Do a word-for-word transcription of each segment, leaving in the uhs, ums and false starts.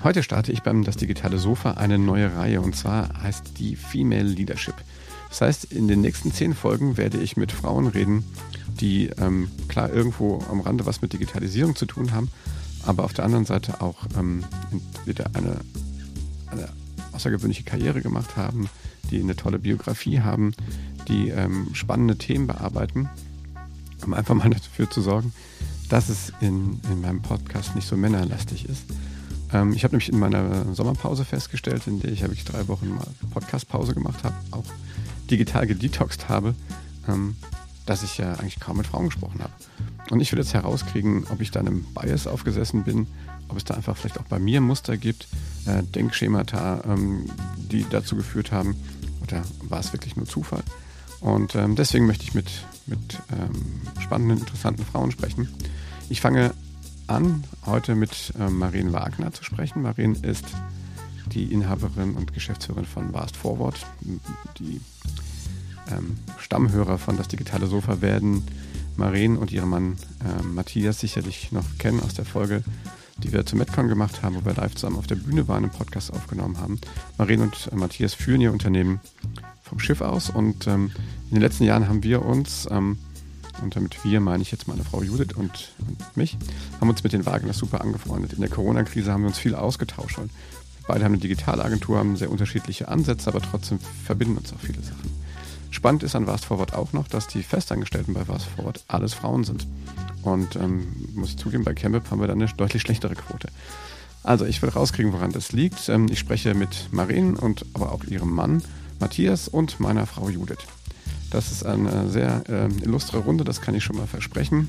Heute starte ich beim Das digitale Sofa eine neue Reihe und zwar heißt die Female Leadership. Das heißt, in den nächsten zehn Folgen werde ich mit Frauen reden, die ähm, klar irgendwo am Rande was mit Digitalisierung zu tun haben, aber auf der anderen Seite auch ähm, entweder eine, eine außergewöhnliche Karriere gemacht haben, die eine tolle Biografie haben, die ähm, spannende Themen bearbeiten, um einfach mal dafür zu sorgen, dass es in, in meinem Podcast nicht so männerlastig ist. Ähm, ich habe nämlich in meiner Sommerpause festgestellt, in der ich ja wirklich drei Wochen mal Podcast-Pause gemacht habe, auch digital gedetoxt habe, ähm, dass ich ja eigentlich kaum mit Frauen gesprochen habe. Und ich will jetzt herauskriegen, ob ich da einem Bias aufgesessen bin, ob es da einfach vielleicht auch bei mir Muster gibt, äh, Denkschemata, ähm, die dazu geführt haben, oder war es wirklich nur Zufall? Und ähm, deswegen möchte ich mit, mit ähm, spannenden, interessanten Frauen sprechen. Ich fange an, heute mit ähm, Maren Wagner zu sprechen. Maren ist die Inhaberin und Geschäftsführerin von Fast Forward. Die ähm, Stammhörer von Das digitale Sofa werden Maren und ihren Mann ähm, Matthias sicherlich noch kennen aus der Folge, die wir zu Metcon gemacht haben, wo wir live zusammen auf der Bühne waren, einen Podcast aufgenommen haben. Maren und äh, Matthias führen ihr Unternehmen vom Schiff aus und ähm, in den letzten Jahren haben wir uns, ähm, und damit wir meine ich jetzt meine Frau Judith und, und mich, haben uns mit den Wagners super angefreundet. In der Corona-Krise haben wir uns viel ausgetauscht. Und beide haben eine Digitalagentur, haben sehr unterschiedliche Ansätze, aber trotzdem verbinden uns auch viele Sachen. Spannend ist an Fast Forward auch noch, dass die Festangestellten bei Fast Forward alles Frauen sind. Und ähm, muss ich zugeben, bei Campbell haben wir dann eine deutlich schlechtere Quote. Also ich will rauskriegen, woran das liegt. Ähm, ich spreche mit Maren und aber auch ihrem Mann Matthias und meiner Frau Judith. Das ist eine sehr äh, illustre Runde, das kann ich schon mal versprechen.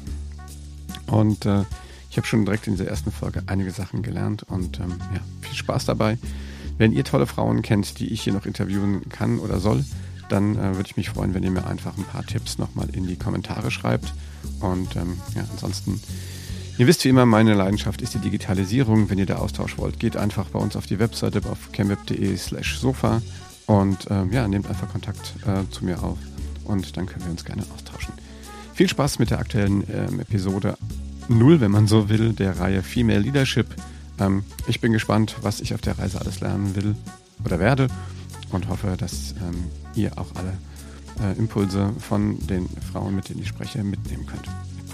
Und äh, ich habe schon direkt in dieser ersten Folge einige Sachen gelernt und ähm, ja, viel Spaß dabei. Wenn ihr tolle Frauen kennt, die ich hier noch interviewen kann oder soll, dann äh, würde ich mich freuen, wenn ihr mir einfach ein paar Tipps nochmal in die Kommentare schreibt. Und ähm, ja, ansonsten, ihr wisst wie immer, meine Leidenschaft ist die Digitalisierung. Wenn ihr da Austausch wollt, geht einfach bei uns auf die Webseite auf chemweb.de slash sofa und ähm, ja, nehmt einfach Kontakt äh, zu mir auf und dann können wir uns gerne austauschen. Viel Spaß mit der aktuellen ähm, Episode null, wenn man so will, der Reihe Female Leadership. Ähm, ich bin gespannt, was ich auf der Reise alles lernen will oder werde und hoffe, dass ähm, ihr auch alle äh, Impulse von den Frauen, mit denen ich spreche, mitnehmen könnt.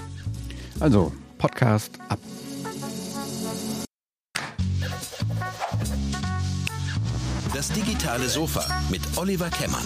Also, Podcast ab. Das digitale Sofa mit Oliver Kemmern.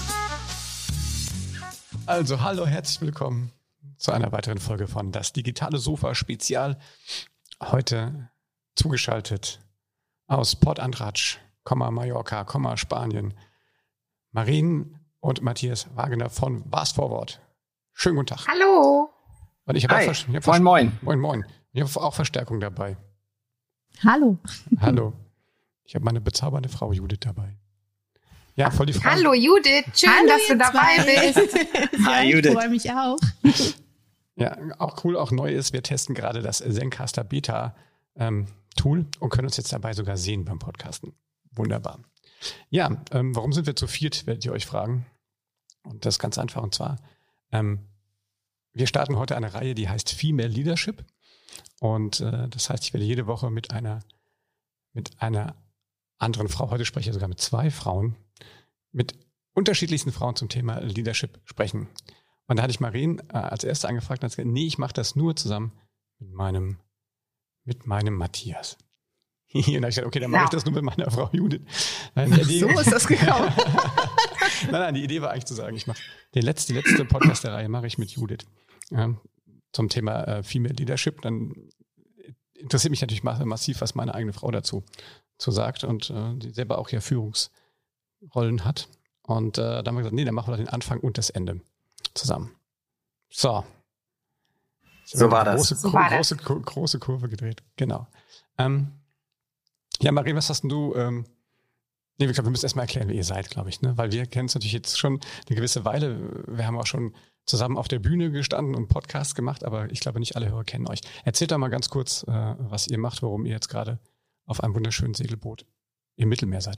Also, hallo, herzlich willkommen zu einer weiteren Folge von Das digitale Sofa Spezial. Heute zugeschaltet aus Port Andratx, Mallorca, Spanien, Maren und Matthias Wagner von Fast Forward. Schönen guten Tag. Hallo. Und ich habe Hi. auch Vers- ich hab Moin, Vers- moin. Moin, moin. Ich habe auch Verstärkung dabei. Hallo. Hallo. Ich habe meine bezaubernde Frau Judith dabei. Ja, voll die Frage. Hallo Judith, schön, Hallo, dass du ihr dabei zwei. bist. Ja, ich freue mich auch. Ja, auch cool, auch neu ist, wir testen gerade das Zencastr Beta ähm, Tool und können uns jetzt dabei sogar sehen beim Podcasten. Wunderbar. Ja, ähm, warum sind wir zu viert, werdet ihr euch fragen. Und das ist ganz einfach. Und zwar, ähm, wir starten heute eine Reihe, die heißt Female Leadership. Und äh, das heißt, ich werde jede Woche mit einer, mit einer anderen Frau, heute spreche ich sogar mit zwei Frauen, mit unterschiedlichsten Frauen zum Thema Leadership sprechen. Und da hatte ich Maren äh, als erste angefragt und hat gesagt, nee, ich mache das nur zusammen mit meinem, mit meinem Matthias. Und da habe ich gesagt, okay, dann mache Ja. ich das nur mit meiner Frau Judith. Nein, Ach, so ist das gekommen. nein, nein, die Idee war eigentlich zu sagen, ich mache den letzte, die letzte Podcast der Reihe mache ich mit Judith ähm, zum Thema äh, Female Leadership. Dann interessiert mich natürlich massiv, was meine eigene Frau dazu zu sagt und äh, die selber auch ja Führungsrollen hat. Und äh, da haben wir gesagt, nee, dann machen wir den Anfang und das Ende zusammen. So. So war das. Große, So Kur- war das. große, Kur- große Kurve gedreht. Genau. Ähm, ja, Maren, was hast denn du? Ähm, nee, ich glaube, wir müssen erstmal erklären, wer ihr seid, glaube ich, ne? Weil wir kennen es natürlich jetzt schon eine gewisse Weile. Wir haben auch schon zusammen auf der Bühne gestanden und Podcasts gemacht, aber ich glaube, nicht alle Hörer kennen euch. Erzählt doch mal ganz kurz, äh, was ihr macht, warum ihr jetzt gerade auf einem wunderschönen Segelboot im Mittelmeer seid.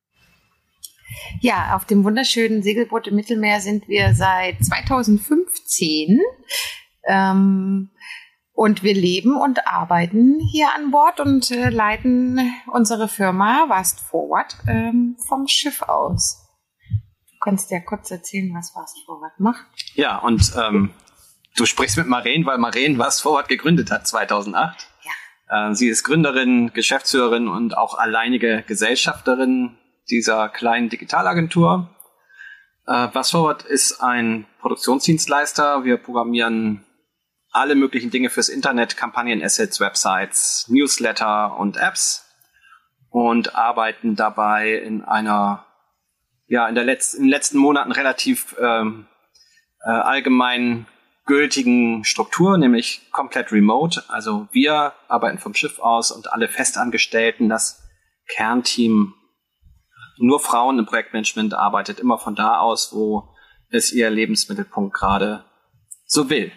Ja, auf dem wunderschönen Segelboot im Mittelmeer sind wir seit zweitausendfünfzehn. Ähm, Und wir leben und arbeiten hier an Bord und äh, leiten unsere Firma Fast Forward ähm, vom Schiff aus. Du kannst ja kurz erzählen, was Fast Forward macht. Ja, und ähm, du sprichst mit Maren, weil Maren Fast Forward gegründet hat zweitausendacht. Ja. Äh, sie ist Gründerin, Geschäftsführerin und auch alleinige Gesellschafterin dieser kleinen Digitalagentur. Äh, Fast Forward ist ein Produktionsdienstleister. Wir programmieren alle möglichen Dinge fürs Internet, Kampagnen-Assets, Websites, Newsletter und Apps und arbeiten dabei in einer, ja, in, der Letz-, in den letzten Monaten relativ ähm, äh, allgemein gültigen Struktur, nämlich komplett remote. Also wir arbeiten vom Schiff aus und alle Festangestellten, das Kernteam, nur Frauen im Projektmanagement, arbeitet immer von da aus, wo es ihr Lebensmittelpunkt gerade so will.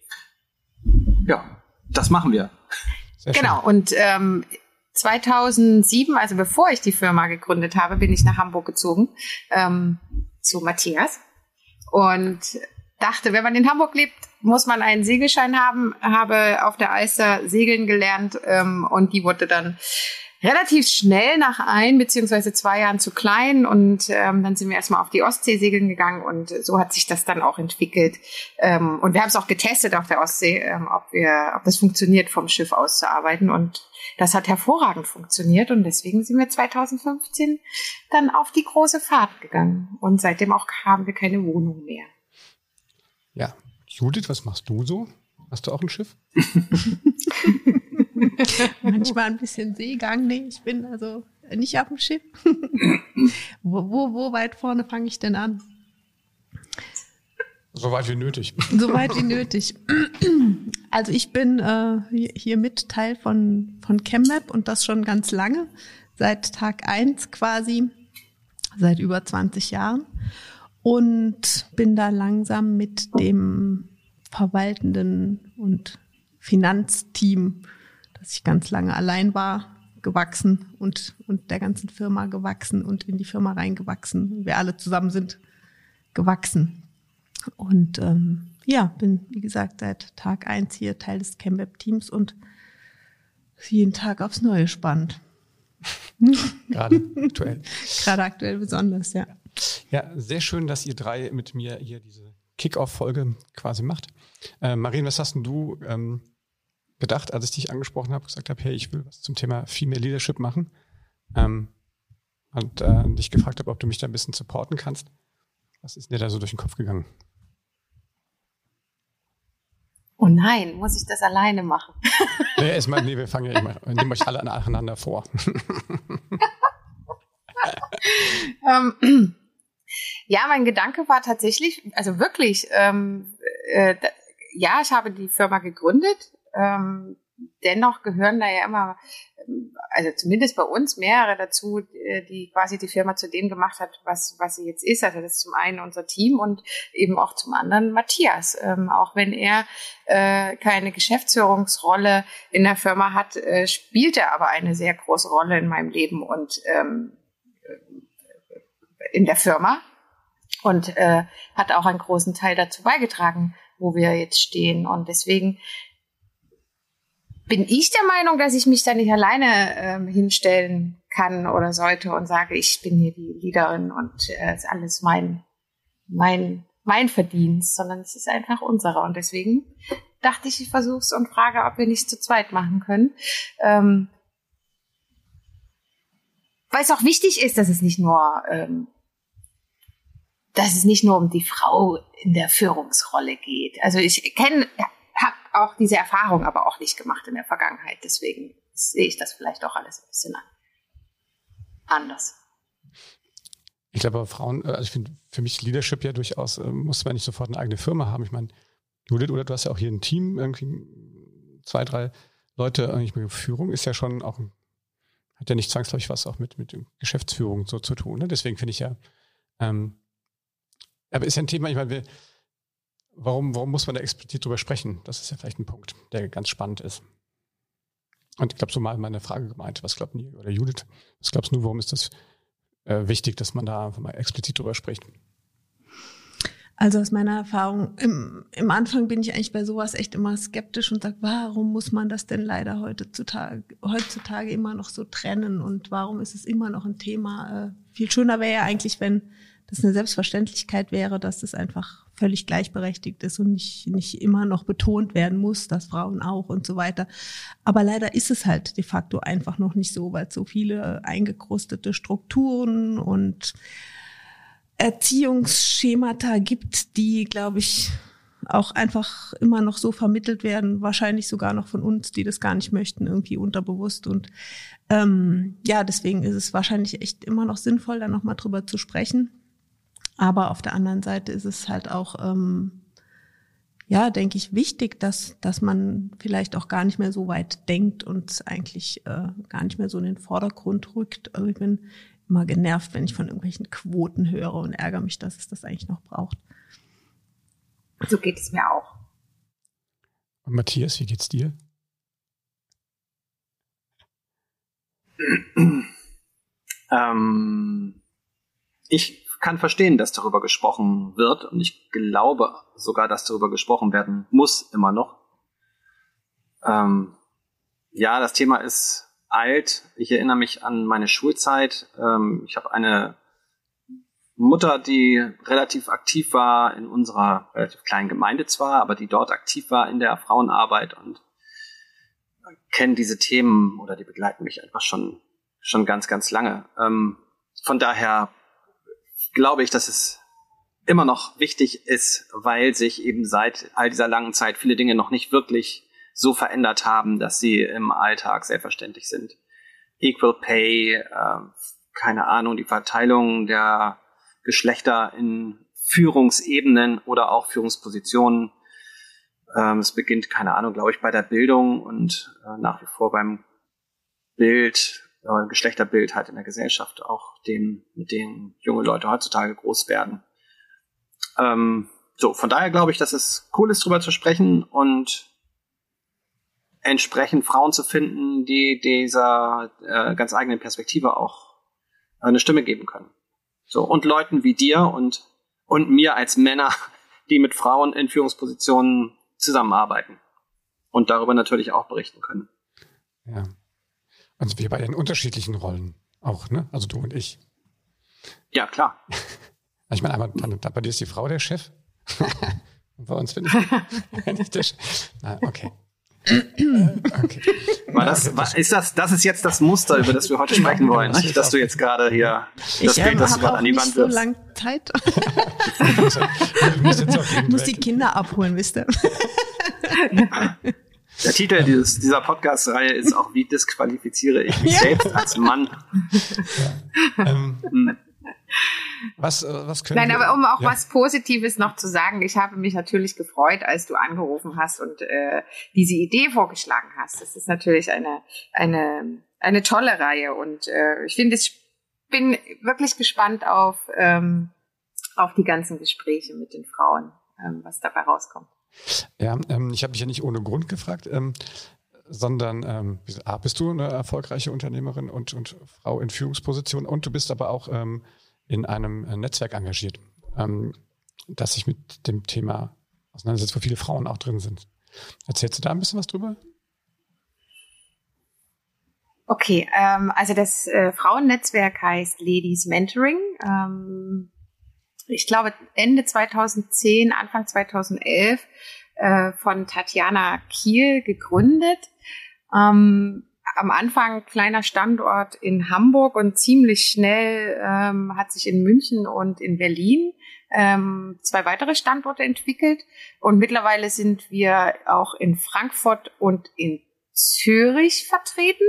Ja, das machen wir. Sehr genau, schön. Und ähm, zweitausendsieben, also bevor ich die Firma gegründet habe, bin ich nach Hamburg gezogen, ähm, zu Matthias. Und dachte, wenn man in Hamburg lebt, muss man einen Segelschein haben. Habe auf der Alster segeln gelernt ähm, und die wurde dann relativ schnell nach ein beziehungsweise zwei Jahren zu klein und ähm, dann sind wir erstmal auf die Ostsee segeln gegangen und so hat sich das dann auch entwickelt. Ähm, und wir haben es auch getestet auf der Ostsee, ähm, ob wir, ob das funktioniert, vom Schiff aus zu arbeiten und das hat hervorragend funktioniert und deswegen sind wir zweitausendfünfzehn dann auf die große Fahrt gegangen und seitdem auch haben wir keine Wohnung mehr. Ja, Judith, was machst du so? Hast du auch ein Schiff? Manchmal ein bisschen Seegang. Nee, ich bin also nicht auf dem Schiff. wo, wo, wo weit vorne fange ich denn an? So weit wie nötig. So weit wie nötig. Also ich bin äh, hier mit Teil von, von ChemMap und das schon ganz lange. Seit Tag eins quasi. Seit über zwanzig Jahren. Und bin da langsam mit dem verwaltenden und Finanzteam, dass ich ganz lange allein war, gewachsen und, und der ganzen Firma gewachsen und in die Firma reingewachsen. Wir alle zusammen sind gewachsen. Und ähm, ja, bin, wie gesagt, seit Tag eins hier Teil des ChemWeb-Teams und jeden Tag aufs Neue spannend. Gerade aktuell. Gerade aktuell besonders, ja. Ja, sehr schön, dass ihr drei mit mir hier diese Kick-Off-Folge quasi macht. Äh, Maren, was hast denn du ähm, gedacht, als ich dich angesprochen habe, gesagt habe, hey, ich will was zum Thema Female Leadership machen ähm, und äh, dich gefragt habe, ob du mich da ein bisschen supporten kannst? Was ist dir da so durch den Kopf gegangen? Oh nein, muss ich das alleine machen? Nee, erstmal, nee, wir fangen ja immer, wir nehmen euch alle nacheinander vor. ähm, ja, mein Gedanke war tatsächlich, also wirklich, ähm, äh, da, ja, ich habe die Firma gegründet, ähm, dennoch gehören da ja immer, also zumindest bei uns mehrere dazu, die quasi die Firma zu dem gemacht hat, was was sie jetzt ist. Also das ist zum einen unser Team und eben auch zum anderen Matthias. Ähm, auch wenn er äh, keine Geschäftsführungsrolle in der Firma hat, äh, spielt er aber eine sehr große Rolle in meinem Leben und ähm, in der Firma und äh, hat auch einen großen Teil dazu beigetragen, wo wir jetzt stehen. Und deswegen bin ich der Meinung, dass ich mich da nicht alleine ähm, hinstellen kann oder sollte und sage, ich bin hier die Leaderin und es äh, ist alles mein, mein, mein Verdienst, sondern es ist einfach unserer. Und deswegen dachte ich, ich versuche es und frage, ob wir nicht zu zweit machen können. Ähm, weil es auch wichtig ist, dass es nicht nur, ähm, dass es nicht nur um die Frau in der Führungsrolle geht. Also ich kenne, habe auch diese Erfahrung aber auch nicht gemacht in der Vergangenheit. Deswegen sehe ich das vielleicht auch alles ein bisschen anders. Ich glaube, Frauen, also ich finde für mich Leadership ja durchaus, äh, muss man nicht sofort eine eigene Firma haben. Ich meine, Judith, oder du hast ja auch hier ein Team, irgendwie zwei, drei Leute, eigentlich mit Führung ist ja schon auch, hat ja nicht zwangsläufig was auch mit, mit Geschäftsführung so zu tun. Ne? Deswegen finde ich ja, ähm, aber ist ja ein Thema, ich meine, wir, warum, warum muss man da explizit drüber sprechen? Das ist ja vielleicht ein Punkt, der ganz spannend ist. Und ich glaube, so mal meine Frage gemeint, was glaubt ihr oder Judith, was glaubst du, warum ist das äh, wichtig, dass man da einfach mal explizit drüber spricht? Also aus meiner Erfahrung, im, im Anfang bin ich eigentlich bei sowas echt immer skeptisch und sage, warum muss man das denn leider heutzutage, heutzutage immer noch so trennen und warum ist es immer noch ein Thema? Äh, viel schöner wäre ja eigentlich, wenn das eine Selbstverständlichkeit wäre, dass es einfach völlig gleichberechtigt ist und nicht, nicht immer noch betont werden muss, dass Frauen auch und so weiter. Aber leider ist es halt de facto einfach noch nicht so, weil es so viele eingekrustete Strukturen und Erziehungsschemata gibt, die, glaube ich, auch einfach immer noch so vermittelt werden, wahrscheinlich sogar noch von uns, die das gar nicht möchten, irgendwie unterbewusst. Und ähm, ja, deswegen ist es wahrscheinlich echt immer noch sinnvoll, da nochmal drüber zu sprechen. Aber auf der anderen Seite ist es halt auch, ähm, ja, denke ich, wichtig, dass dass man vielleicht auch gar nicht mehr so weit denkt und eigentlich äh, gar nicht mehr so in den Vordergrund rückt. Also ich bin immer genervt, wenn ich von irgendwelchen Quoten höre und ärgere mich, dass es das eigentlich noch braucht. So geht es mir auch. Und Matthias, wie geht's dir? ähm, ich kann verstehen, dass darüber gesprochen wird und ich glaube sogar, dass darüber gesprochen werden muss immer noch. Ähm, ja, das Thema ist alt. Ich erinnere mich an meine Schulzeit. Ähm, ich habe eine Mutter, die relativ aktiv war in unserer relativ kleinen Gemeinde zwar, aber die dort aktiv war in der Frauenarbeit und kenne diese Themen oder die begleiten mich einfach schon schon ganz, ganz lange. Ähm, von daher glaube ich, dass es immer noch wichtig ist, weil sich eben seit all dieser langen Zeit viele Dinge noch nicht wirklich so verändert haben, dass sie im Alltag selbstverständlich sind. Equal Pay, äh, keine Ahnung, die Verteilung der Geschlechter in Führungsebenen oder auch Führungspositionen. Ähm, es beginnt, keine Ahnung, glaube ich, bei der Bildung und äh, nach wie vor beim Bild, äh, Geschlechterbild halt in der Gesellschaft, auch dem, mit dem junge Leute heutzutage groß werden. Ähm, so, von daher glaube ich, dass es cool ist, drüber zu sprechen und entsprechend Frauen zu finden, die dieser äh, ganz eigenen Perspektive auch äh, eine Stimme geben können. So, und Leuten wie dir und, und mir als Männer, die mit Frauen in Führungspositionen zusammenarbeiten und darüber natürlich auch berichten können. Ja. Also wir bei den unterschiedlichen Rollen auch, ne? Also du und ich. Ja, klar. Ich meine, einmal, bei dir ist die Frau der Chef. Und bei uns bin ich nicht der Chef. Na, okay. Okay. War das, war, ist das, das ist jetzt das Muster, über das wir heute sprechen wollen, ne? Dass du jetzt gerade hier das ich, Bild, ähm, das du gerade an die Wand wirfst. Ich habe nicht so lange Zeit. Ich muss die Kinder abholen, wisst ihr. Der Titel dieses, dieser Podcast-Reihe ist auch, wie disqualifiziere ich mich ja. selbst als Mann? Ja. Ähm, was, was können Nein, wir, aber um auch ja. was Positives noch zu sagen, ich habe mich natürlich gefreut, als du angerufen hast und äh, diese Idee vorgeschlagen hast. Das ist natürlich eine eine eine tolle Reihe und äh, ich finde, ich bin wirklich gespannt auf ähm, auf die ganzen Gespräche mit den Frauen, ähm, was dabei rauskommt. Ja, ähm, ich habe dich ja nicht ohne Grund gefragt, ähm, sondern ähm, A, bist du eine erfolgreiche Unternehmerin und, und Frau in Führungsposition und du bist aber auch ähm, in einem Netzwerk engagiert, ähm, das sich mit dem Thema auseinandersetzt, wo viele Frauen auch drin sind. Erzählst du da ein bisschen was drüber? Okay, ähm, also das äh, Frauennetzwerk heißt Ladies Mentoring. Ähm, ich glaube Ende zweitausendzehn, Anfang zweitausendelf äh, von Tatjana Kiel gegründet. Ähm, am Anfang kleiner Standort in Hamburg und ziemlich schnell ähm, hat sich in München und in Berlin ähm, zwei weitere Standorte entwickelt. Und mittlerweile sind wir auch in Frankfurt und in Zürich vertreten.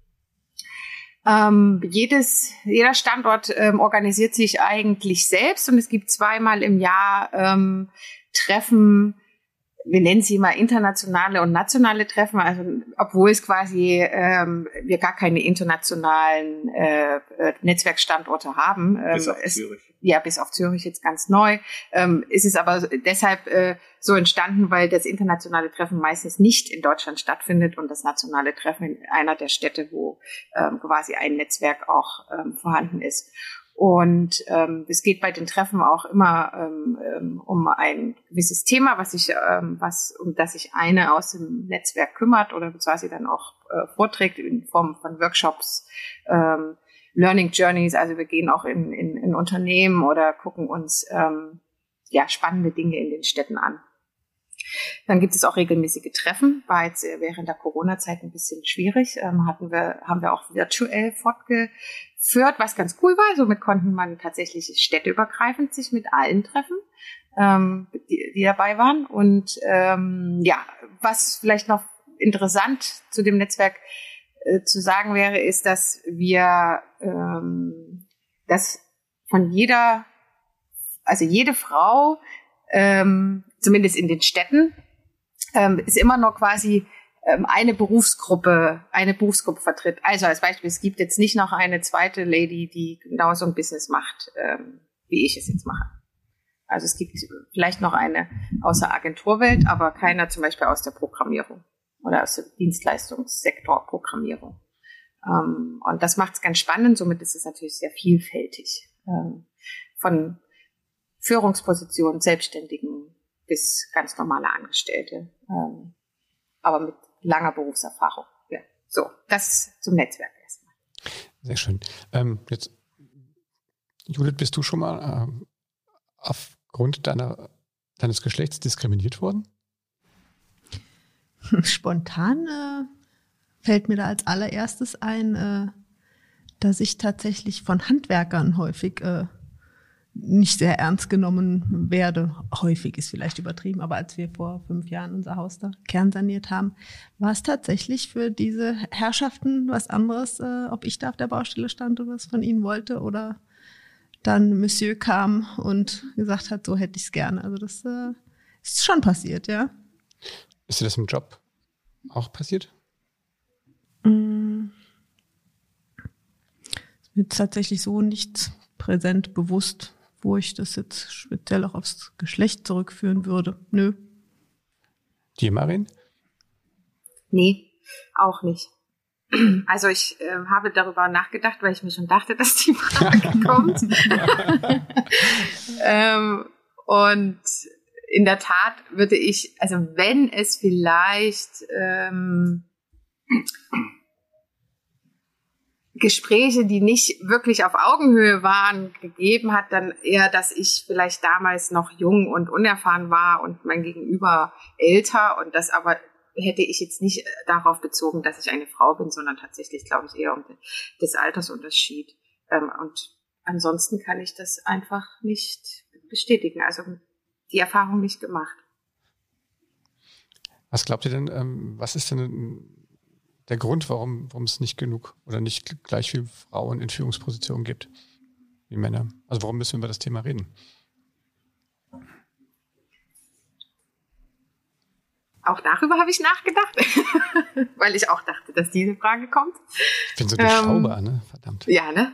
Ähm, jedes, jeder Standort ähm, organisiert sich eigentlich selbst und es gibt zweimal im Jahr ähm, Treffen, wir nennen sie mal internationale und nationale Treffen, also obwohl es quasi ähm, wir gar keine internationalen äh, Netzwerkstandorte haben. Ähm, bis auf es, Zürich. Ja, bis auf Zürich jetzt ganz neu. Ähm, ist es aber deshalb äh, so entstanden, weil das internationale Treffen meistens nicht in Deutschland stattfindet und das nationale Treffen in einer der Städte, wo ähm, quasi ein Netzwerk auch ähm, vorhanden ist. Und ähm, es geht bei den Treffen auch immer ähm, um ein gewisses Thema, was sich, ähm, was um das sich eine aus dem Netzwerk kümmert oder beziehungsweise dann auch äh, vorträgt in Form von Workshops, ähm, Learning Journeys. Also wir gehen auch in, in, in Unternehmen oder gucken uns ähm, ja spannende Dinge in den Städten an. Dann gibt es auch regelmäßige Treffen. War jetzt während der Corona-Zeit ein bisschen schwierig. Ähm, hatten wir, haben wir auch virtuell fortgeführt, was ganz cool war. Somit konnten man tatsächlich städteübergreifend sich mit allen treffen, ähm, die, die dabei waren. Und ähm, ja, was vielleicht noch interessant zu dem Netzwerk äh, zu sagen wäre, ist, dass wir, ähm, dass von jeder, also jede Frau, ähm, zumindest in den Städten, ähm, ist immer noch quasi ähm, eine Berufsgruppe, eine Berufsgruppe vertritt. Also als Beispiel, es gibt jetzt nicht noch eine zweite Lady, die genau so ein Business macht, ähm, wie ich es jetzt mache. Also es gibt vielleicht noch eine aus der Agenturwelt, aber keiner zum Beispiel aus der Programmierung oder aus dem Dienstleistungssektor Programmierung. Ähm, und das macht es ganz spannend, somit ist es natürlich sehr vielfältig. Ähm, von Führungspositionen, Selbstständigen bis ganz normale Angestellte, ähm, aber mit langer Berufserfahrung. Ja. So, das zum Netzwerk erstmal. Sehr schön. Ähm, jetzt, Judith, bist du schon mal ähm, aufgrund deiner, deines Geschlechts diskriminiert worden? Spontan äh, fällt mir da als allererstes ein, äh, dass ich tatsächlich von Handwerkern häufig äh, nicht sehr ernst genommen werde. Häufig ist vielleicht übertrieben, aber als wir vor fünf Jahren unser Haus da kernsaniert haben, war es tatsächlich für diese Herrschaften was anderes, äh, ob ich da auf der Baustelle stand und was von ihnen wollte oder dann Monsieur kam und gesagt hat, so hätte ich es gerne. Also das äh, ist schon passiert, ja. Ist dir das im Job auch passiert? Mm. Ist mir tatsächlich so nicht präsent bewusst, wo ich das jetzt speziell auch aufs Geschlecht zurückführen würde. Nö. Dir, Marin? Nee, auch nicht. Also ich äh, habe darüber nachgedacht, weil ich mir schon dachte, dass die Frage kommt. ähm, und in der Tat würde ich, also wenn es vielleicht ähm, Gespräche, die nicht wirklich auf Augenhöhe waren, gegeben hat, dann eher, dass ich vielleicht damals noch jung und unerfahren war und mein Gegenüber älter und das aber hätte ich jetzt nicht darauf bezogen, dass ich eine Frau bin, sondern tatsächlich, glaube ich, eher um den, des Altersunterschied. Ähm, und ansonsten kann ich das einfach nicht bestätigen, also die Erfahrung nicht gemacht. Was glaubt ihr denn, ähm, was ist denn der Grund, warum, warum es nicht genug oder nicht gleich viele Frauen in Führungspositionen gibt wie Männer? Also warum müssen wir über das Thema reden? Auch darüber habe ich nachgedacht, weil ich auch dachte, dass diese Frage kommt. Ich bin so durchschaubar, ähm, ne? Verdammt. Ja, ne?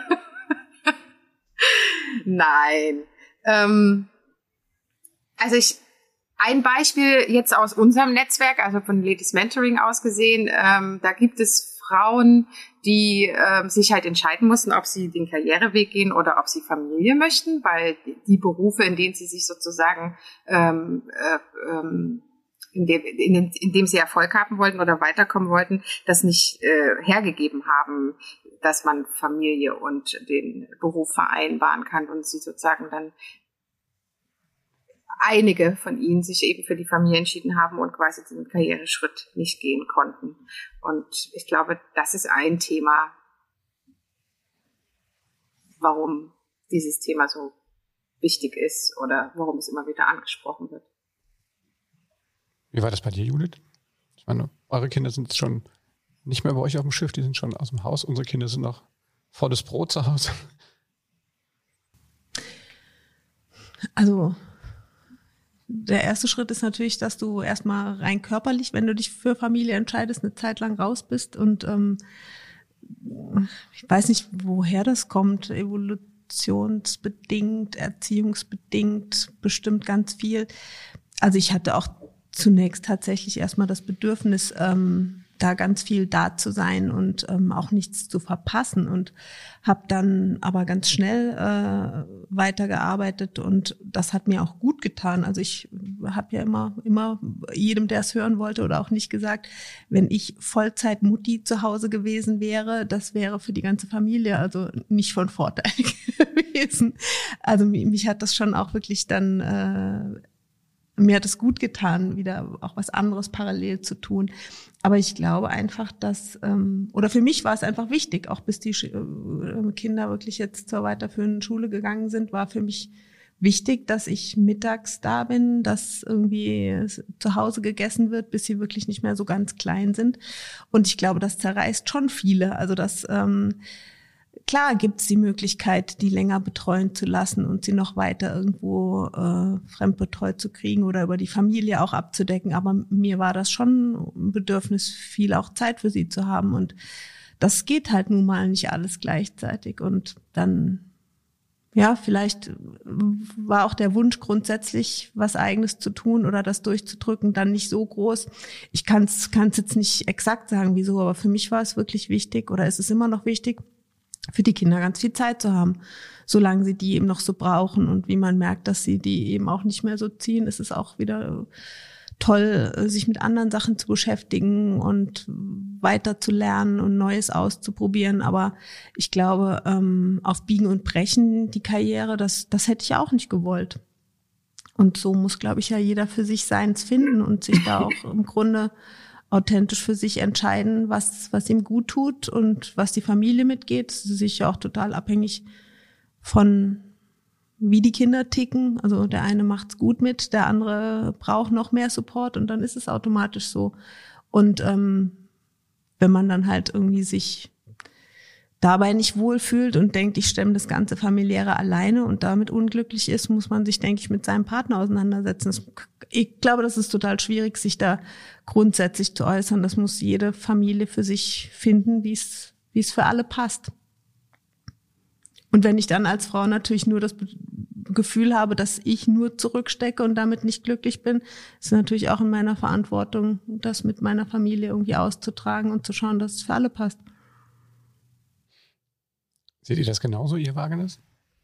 Nein. Ähm, also ich Ein Beispiel jetzt aus unserem Netzwerk, also von Ladies Mentoring aus gesehen, ähm, da gibt es Frauen, die ähm, sich halt entscheiden mussten, ob sie den Karriereweg gehen oder ob sie Familie möchten, weil die Berufe, in denen sie sich sozusagen, ähm, äh, ähm, in, dem, in, dem, in dem sie Erfolg haben wollten oder weiterkommen wollten, das nicht äh, hergegeben haben, dass man Familie und den Beruf vereinbaren kann und sie sozusagen dann einige von ihnen sich eben für die Familie entschieden haben und quasi den Karriereschritt nicht gehen konnten. Und ich glaube, das ist ein Thema, warum dieses Thema so wichtig ist oder warum es immer wieder angesprochen wird. Wie war das bei dir, Judith? Ich meine, eure Kinder sind schon nicht mehr bei euch auf dem Schiff, die sind schon aus dem Haus. Unsere Kinder sind noch volles Brot zu Hause. Also der erste Schritt ist natürlich, dass du erstmal rein körperlich, wenn du dich für Familie entscheidest, eine Zeit lang raus bist. Und ähm, ich weiß nicht, woher das kommt, evolutionsbedingt, erziehungsbedingt, bestimmt ganz viel. Also ich hatte auch zunächst tatsächlich erstmal das Bedürfnis, ähm, da ganz viel da zu sein und ähm, auch nichts zu verpassen und habe dann aber ganz schnell äh, weitergearbeitet und das hat mir auch gut getan. Also ich habe ja immer immer jedem, der es hören wollte oder auch nicht, gesagt, wenn ich Vollzeit-Mutti zu Hause gewesen wäre, das wäre für die ganze Familie also nicht von Vorteil gewesen. Also mich hat das schon auch wirklich dann äh, mir hat es gut getan, wieder auch was anderes parallel zu tun. Aber ich glaube einfach, dass, ähm, oder für mich war es einfach wichtig, auch bis die äh, Kinder wirklich jetzt zur weiterführenden Schule gegangen sind, war für mich wichtig, dass ich mittags da bin, dass irgendwie zu Hause gegessen wird, bis sie wirklich nicht mehr so ganz klein sind. Und ich glaube, das zerreißt schon viele. Also das, ähm, klar gibt es die Möglichkeit, die länger betreuen zu lassen und sie noch weiter irgendwo äh, fremdbetreut zu kriegen oder über die Familie auch abzudecken. Aber mir war das schon ein Bedürfnis, viel auch Zeit für sie zu haben. Und das geht halt nun mal nicht alles gleichzeitig. Und dann, ja, vielleicht war auch der Wunsch grundsätzlich, was Eigenes zu tun oder das durchzudrücken, dann nicht so groß. Ich kann es jetzt nicht exakt sagen, wieso, aber für mich war es wirklich wichtig oder ist es immer noch wichtig, für die Kinder ganz viel Zeit zu haben, solange sie die eben noch so brauchen. Und wie man merkt, dass sie die eben auch nicht mehr so ziehen, ist es auch wieder toll, sich mit anderen Sachen zu beschäftigen und weiter zu lernen und Neues auszuprobieren. Aber ich glaube, auf Biegen und Brechen die Karriere, das, das hätte ich auch nicht gewollt. Und so muss, glaube ich, ja jeder für sich seins finden und sich da auch im Grunde authentisch für sich entscheiden, was was ihm gut tut und was die Familie mitgeht. Das ist sicher auch total abhängig von, wie die Kinder ticken. Also der eine macht's gut mit, der andere braucht noch mehr Support und dann ist es automatisch so. Und ähm, wenn man dann halt irgendwie sich dabei nicht wohlfühlt und denkt, ich stemme das ganze Familiäre alleine und damit unglücklich ist, muss man sich, denke ich, mit seinem Partner auseinandersetzen. Das, ich glaube, das ist total schwierig, sich da grundsätzlich zu äußern. Das muss jede Familie für sich finden, wie es wie es für alle passt. Und wenn ich dann als Frau natürlich nur das Gefühl habe, dass ich nur zurückstecke und damit nicht glücklich bin, ist natürlich auch in meiner Verantwortung, das mit meiner Familie irgendwie auszutragen und zu schauen, dass es für alle passt. Seht ihr das genauso, ihr Wagnis?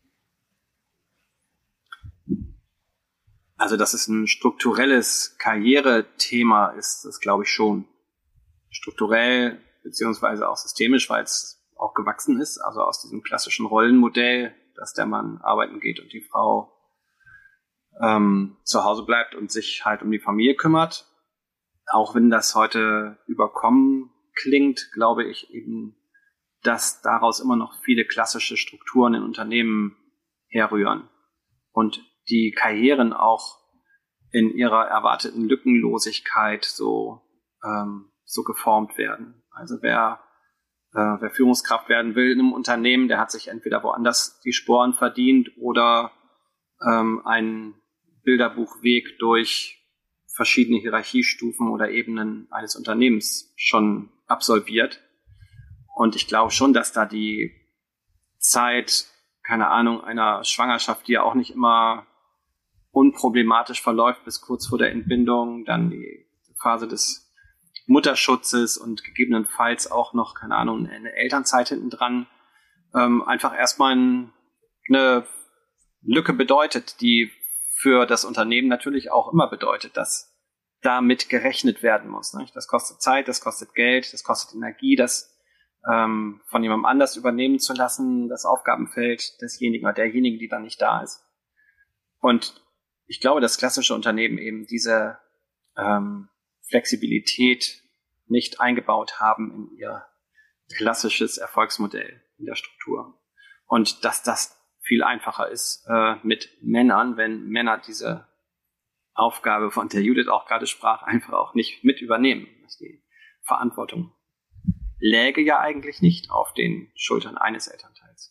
Also, dass es ein strukturelles Karrierethema ist, das glaube ich schon. Strukturell beziehungsweise auch systemisch, weil es auch gewachsen ist, also aus diesem klassischen Rollenmodell, dass der Mann arbeiten geht und die Frau ähm, zu Hause bleibt und sich halt um die Familie kümmert. Auch wenn das heute überkommen klingt, glaube ich eben, dass daraus immer noch viele klassische Strukturen in Unternehmen herrühren und die Karrieren auch in ihrer erwarteten Lückenlosigkeit so ähm, so geformt werden. Also wer äh, wer Führungskraft werden will in einem Unternehmen, der hat sich entweder woanders die Sporen verdient oder ähm, einen Bilderbuchweg durch verschiedene Hierarchiestufen oder Ebenen eines Unternehmens schon absolviert. Und ich glaube schon, dass da die Zeit, keine Ahnung, einer Schwangerschaft, die ja auch nicht immer unproblematisch verläuft bis kurz vor der Entbindung, dann die Phase des Mutterschutzes und gegebenenfalls auch noch, keine Ahnung, eine Elternzeit hinten dran, ähm, einfach erstmal ein, eine Lücke bedeutet, die für das Unternehmen natürlich auch immer bedeutet, dass damit gerechnet werden muss. Nicht? Das kostet Zeit, das kostet Geld, das kostet Energie, das ähm, von jemandem anders übernehmen zu lassen, das Aufgabenfeld desjenigen oder derjenigen, die dann nicht da ist. Und ich glaube, dass klassische Unternehmen eben diese ähm, Flexibilität nicht eingebaut haben in ihr klassisches Erfolgsmodell in der Struktur. Und dass das viel einfacher ist äh, mit Männern, wenn Männer diese Aufgabe, von der Judith auch gerade sprach, einfach auch nicht mit übernehmen. Dass die Verantwortung läge ja eigentlich nicht auf den Schultern eines Elternteils.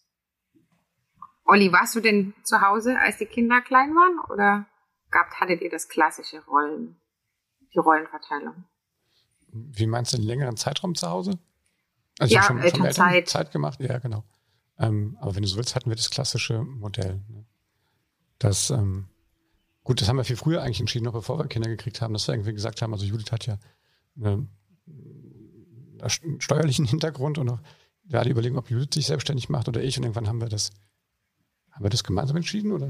Olli, warst du denn zu Hause, als die Kinder klein waren? Oder gab, hattet ihr das klassische Rollen, die Rollenverteilung? Wie meinst du, einen längeren Zeitraum zu Hause? Also ja, schon, Elternzeit. Schon Zeit gemacht, ja, genau. Ähm, aber wenn du so willst, hatten wir das klassische Modell. Ne? Das, ähm, gut, das haben wir viel früher eigentlich entschieden, noch bevor wir Kinder gekriegt haben, dass wir irgendwie gesagt haben, also Judith hat ja eine einen steuerlichen Hintergrund und auch gerade überlegen, ob Judith sich selbstständig macht oder ich. Und irgendwann haben wir das, haben wir das gemeinsam entschieden, oder?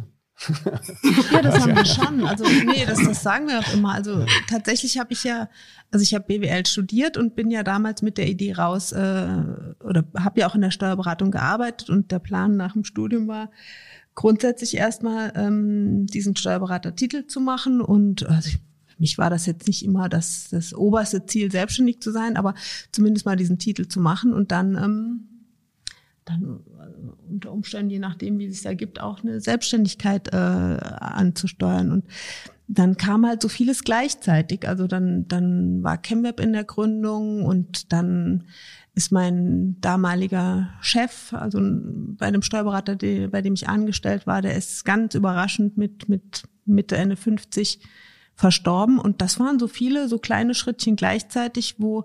Ja, das haben wir schon. Also nee, das, das sagen wir auch immer. Also ja. Tatsächlich habe ich ja, also ich habe B W L studiert und bin ja damals mit der Idee raus, äh, oder habe ja auch in der Steuerberatung gearbeitet und der Plan nach dem Studium war, grundsätzlich erstmal ähm, diesen Steuerberatertitel zu machen und also ich, für mich war das jetzt nicht immer das, das oberste Ziel, selbstständig zu sein, aber zumindest mal diesen Titel zu machen und dann ähm, dann unter Umständen, je nachdem, wie es sich ergibt, auch eine Selbstständigkeit äh, anzusteuern. Und dann kam halt so vieles gleichzeitig. Also dann, dann war ChemWeb in der Gründung und dann ist mein damaliger Chef, also bei einem Steuerberater, die, bei dem ich angestellt war, der ist ganz überraschend mit, mit Mitte, Ende fünfzig verstorben. Und das waren so viele, so kleine Schrittchen gleichzeitig, wo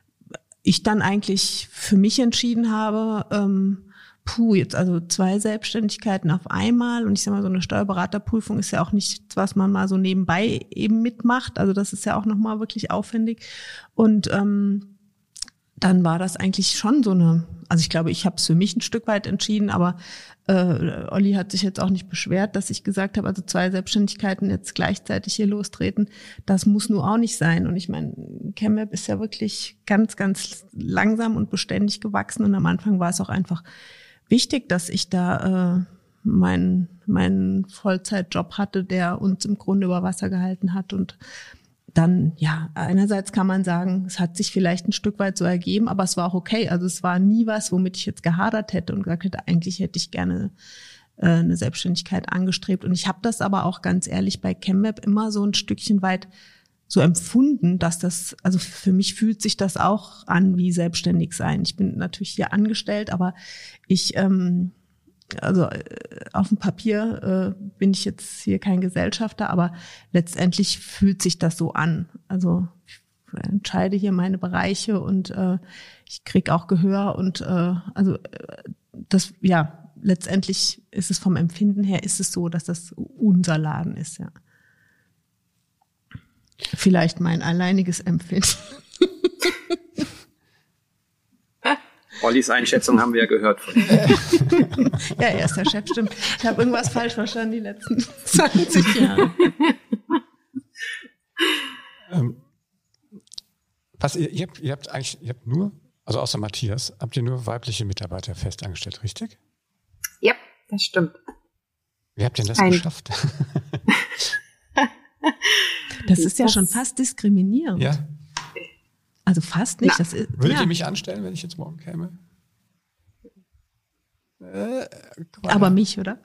ich dann eigentlich für mich entschieden habe, ähm, puh, jetzt also zwei Selbstständigkeiten auf einmal. Und ich sag mal, so eine Steuerberaterprüfung ist ja auch nichts, was man mal so nebenbei eben mitmacht. Also das ist ja auch nochmal wirklich aufwendig. Und ähm, dann war das eigentlich schon so eine, also ich glaube, ich habe es für mich ein Stück weit entschieden, aber äh, Olli hat sich jetzt auch nicht beschwert, dass ich gesagt habe, also zwei Selbstständigkeiten jetzt gleichzeitig hier lostreten, das muss nur auch nicht sein. Und ich meine, ChemWeb ist ja wirklich ganz, ganz langsam und beständig gewachsen und am Anfang war es auch einfach wichtig, dass ich da äh, meinen meinen Vollzeitjob hatte, der uns im Grunde über Wasser gehalten hat. Und dann, ja, einerseits kann man sagen, es hat sich vielleicht ein Stück weit so ergeben, aber es war auch okay. Also es war nie was, womit ich jetzt gehadert hätte und gesagt hätte, eigentlich hätte ich gerne äh, eine Selbstständigkeit angestrebt. Und ich habe das aber auch ganz ehrlich bei ChemWeb immer so ein Stückchen weit so empfunden, dass das, also für mich fühlt sich das auch an wie selbstständig sein. Ich bin natürlich hier angestellt, aber ich, ähm, also äh, auf dem Papier äh, bin ich jetzt hier kein Gesellschafter, aber letztendlich fühlt sich das so an. Also ich entscheide hier meine Bereiche und äh, ich krieg auch Gehör und äh, also äh, das, ja, letztendlich ist es vom Empfinden her, ist es so, dass das unser Laden ist, ja. Vielleicht mein alleiniges Empfinden. Ollis Einschätzung haben wir ja gehört von ihm. Ja, er ist der Chef, stimmt. Ich habe irgendwas falsch verstanden die letzten zwanzig Jahre. ähm, was, ihr, ihr, habt, ihr habt eigentlich, ihr habt nur, also außer Matthias, habt ihr nur weibliche Mitarbeiter fest angestellt, richtig? Ja, das stimmt. Wie habt ihr denn das Ein geschafft? Das ist ja das schon fast diskriminierend. Ja. Also fast nicht. Das ist, Würdet ja. ihr mich anstellen, wenn ich jetzt morgen käme? Äh, Aber mich, oder?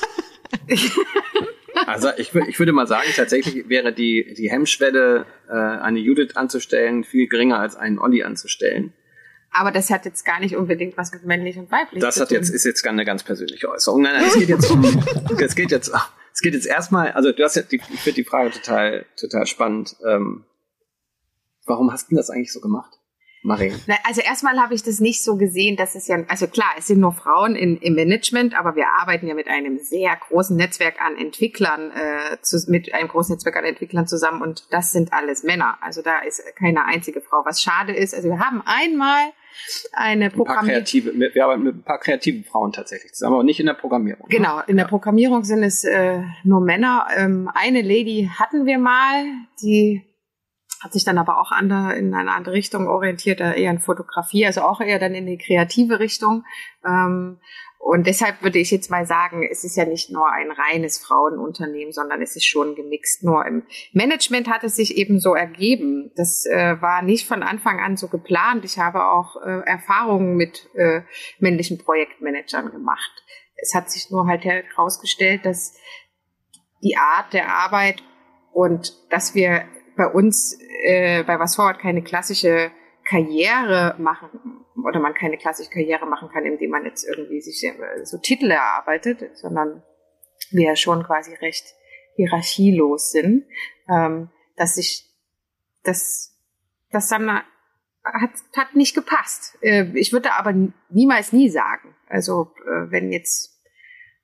Also ich, ich würde mal sagen, tatsächlich wäre die, die Hemmschwelle, äh, eine Judith anzustellen, viel geringer als einen Olli anzustellen. Aber das hat jetzt gar nicht unbedingt was mit männlich und weiblich das zu hat tun. jetzt, ist jetzt eine ganz persönliche Äußerung. Nein, nein, es geht jetzt um, es geht jetzt, es geht jetzt erstmal, also du hast ja, die, ich finde die Frage total, total spannend. Ähm, warum hast du das eigentlich so gemacht, Maren? Also erstmal habe ich das nicht so gesehen, dass es ja, also klar, es sind nur Frauen in, im Management, aber wir arbeiten ja mit einem sehr großen Netzwerk an Entwicklern, äh, zu, mit einem großen Netzwerk an Entwicklern zusammen und das sind alles Männer. Also da ist keine einzige Frau. Was schade ist, also wir haben einmal eine Programmierung. Wir arbeiten mit ein paar kreativen Frauen tatsächlich zusammen, aber nicht in der Programmierung. Genau, in der Programmierung sind es äh, nur Männer. Ähm, eine Lady hatten wir mal, die hat sich dann aber auch andere, in eine andere Richtung orientiert, eher in Fotografie, also auch eher dann in die kreative Richtung. Ähm, und deshalb würde ich jetzt mal sagen, es ist ja nicht nur ein reines Frauenunternehmen, sondern es ist schon gemixt. Nur im Management hat es sich eben so ergeben. Das äh, war nicht von Anfang an so geplant. Ich habe auch äh, Erfahrungen mit äh, männlichen Projektmanagern gemacht. Es hat sich nur halt herausgestellt, dass die Art der Arbeit und dass wir bei uns äh, bei Was Forward keine klassische Karriere machen oder man keine klassische Karriere machen kann, indem man jetzt irgendwie sich so Titel erarbeitet, sondern wir schon quasi recht hierarchielos sind, ähm, dass ich das das dann hat, hat nicht gepasst. Äh, ich würde aber niemals nie sagen. Also äh, wenn jetzt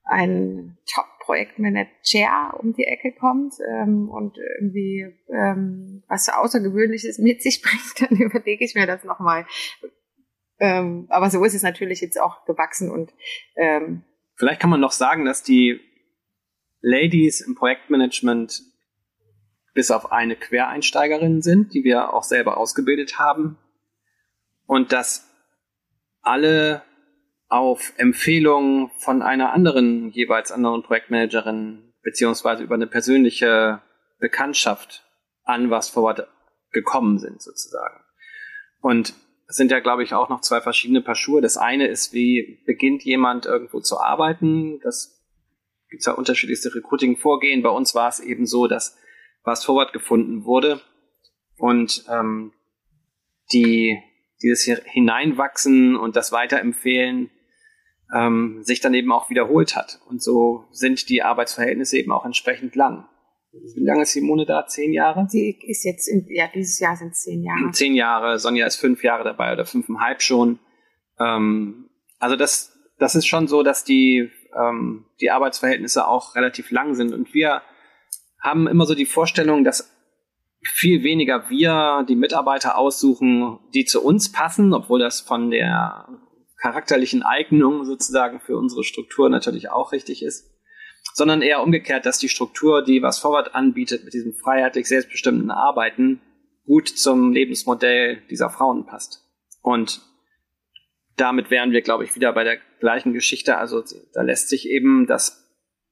ein Top-Projektmanager um die Ecke kommt ähm, und irgendwie ähm, was Außergewöhnliches mit sich bringt, dann überlege ich mir das nochmal. Ähm, aber so ist es natürlich jetzt auch gewachsen. Und ähm, vielleicht kann man noch sagen, dass die Ladies im Projektmanagement bis auf eine Quereinsteigerin sind, die wir auch selber ausgebildet haben. Und dass alle auf Empfehlung von einer anderen, jeweils anderen Projektmanagerin beziehungsweise über eine persönliche Bekanntschaft an was Forward gekommen sind sozusagen. Und es sind ja, glaube ich, auch noch zwei verschiedene Paar Schuhe. Das eine ist, wie beginnt jemand irgendwo zu arbeiten? Das gibt es ja unterschiedlichste Recruiting-Vorgehen. Bei uns war es eben so, dass was Forward gefunden wurde und ähm, die dieses Hineinwachsen und das Weiterempfehlen ähm, sich dann eben auch wiederholt hat. Und so sind die Arbeitsverhältnisse eben auch entsprechend lang. Wie lange ist Simone da? Zehn Jahre? Sie ist jetzt, in, ja, dieses Jahr sind es zehn Jahre. Zehn Jahre, Sonja ist fünf Jahre dabei oder fünfeinhalb schon. Ähm, also das, das ist schon so, dass die, ähm, die Arbeitsverhältnisse auch relativ lang sind. Und wir haben immer so die Vorstellung, dass viel weniger wir die Mitarbeiter aussuchen, die zu uns passen, obwohl das von der charakterlichen Eignung sozusagen für unsere Struktur natürlich auch richtig ist, sondern eher umgekehrt, dass die Struktur, die was Forward anbietet, mit diesem freiheitlich selbstbestimmten Arbeiten, gut zum Lebensmodell dieser Frauen passt. Und damit wären wir, glaube ich, wieder bei der gleichen Geschichte. Also da lässt sich eben das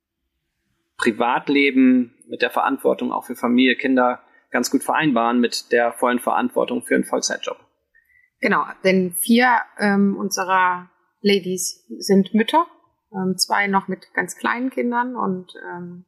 Privatleben mit der Verantwortung auch für Familie, Kinder ganz gut vereinbaren mit der vollen Verantwortung für einen Vollzeitjob. Genau, denn vier ähm, unserer Ladies sind Mütter, ähm, zwei noch mit ganz kleinen Kindern und ähm,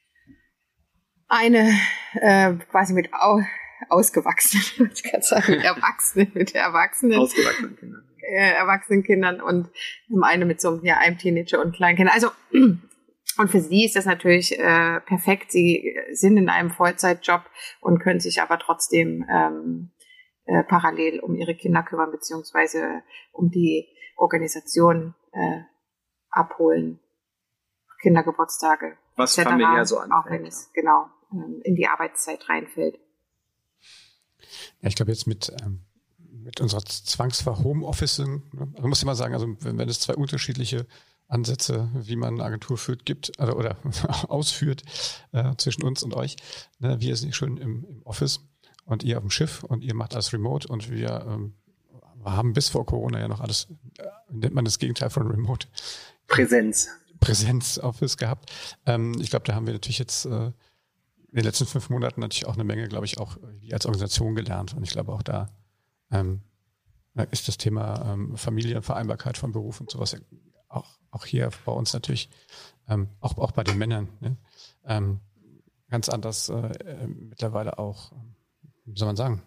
eine äh, quasi mit au- ausgewachsenen, ich kann sagen, mit Erwachsenen, mit Erwachsenen. Ausgewachsenen Kindern. Äh, erwachsenen Kindern und ähm, eine mit so ja, einem Teenager und kleinen Kindern. Also und für sie ist das natürlich äh, perfekt. Sie sind in einem Vollzeitjob und können sich aber trotzdem ähm, äh, parallel um ihre Kinder kümmern, beziehungsweise um die Organisation äh, abholen, Kindergeburtstage, was et cetera, familiär so anfällt. Auch wenn es genau ähm, in die Arbeitszeit reinfällt. Ja, ich glaube jetzt mit, ähm, mit unserer Zwangsver Homeoffice, ne, also muss ich mal sagen, also wenn, wenn es zwei unterschiedliche Ansätze, wie man eine Agentur führt, gibt oder, oder ausführt äh, zwischen uns und euch. Ne, wir sind schön im, im Office und ihr auf dem Schiff und ihr macht alles remote und wir ähm, haben bis vor Corona ja noch alles, äh, nennt man das Gegenteil von remote. Präsenz. Präsenz-Office gehabt. Ähm, ich glaube, da haben wir natürlich jetzt äh, in den letzten fünf Monaten natürlich auch eine Menge, glaube ich, auch als Organisation gelernt und ich glaube auch da ähm, ist das Thema ähm, Familie und Vereinbarkeit von Beruf und sowas auch, auch hier bei uns natürlich, ähm, auch, auch bei den Männern, ne? ähm, ganz anders äh, mittlerweile auch, wie soll man sagen,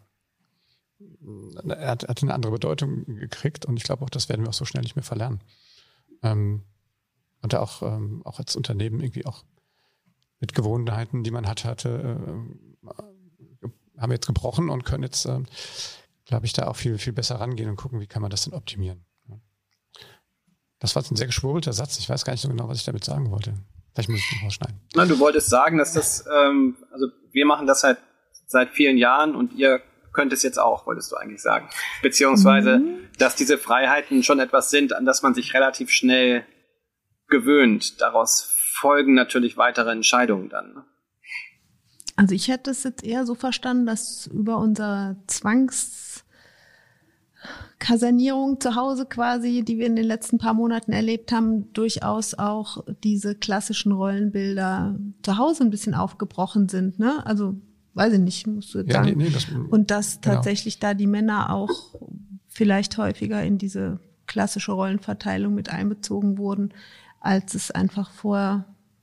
er hat, hat eine andere Bedeutung gekriegt und ich glaube auch, das werden wir auch so schnell nicht mehr verlernen. Ähm, und da auch, ähm, auch als Unternehmen irgendwie auch mit Gewohnheiten, die man hat, hatte, äh, haben wir jetzt gebrochen und können jetzt, äh, glaube ich, da auch viel, viel besser rangehen und gucken, wie kann man das denn optimieren. Das war jetzt ein sehr geschwurbelter Satz. Ich weiß gar nicht so genau, was ich damit sagen wollte. Vielleicht muss ich noch rausschneiden. Na, du wolltest sagen, dass das, ähm, also wir machen das seit, seit vielen Jahren und ihr könnt es jetzt auch, wolltest du eigentlich sagen. Beziehungsweise, mhm. dass diese Freiheiten schon etwas sind, an das man sich relativ schnell gewöhnt. Daraus folgen natürlich weitere Entscheidungen dann. Ne? Also ich hätte es jetzt eher so verstanden, dass über unser Zwangs Kasernierung zu Hause quasi, die wir in den letzten paar Monaten erlebt haben, durchaus auch diese klassischen Rollenbilder zu Hause ein bisschen aufgebrochen sind, ne? Also, weiß ich nicht, musst du jetzt ja, sagen. Nee, nee, das, und dass genau. tatsächlich da die Männer auch vielleicht häufiger in diese klassische Rollenverteilung mit einbezogen wurden, als es einfach vorher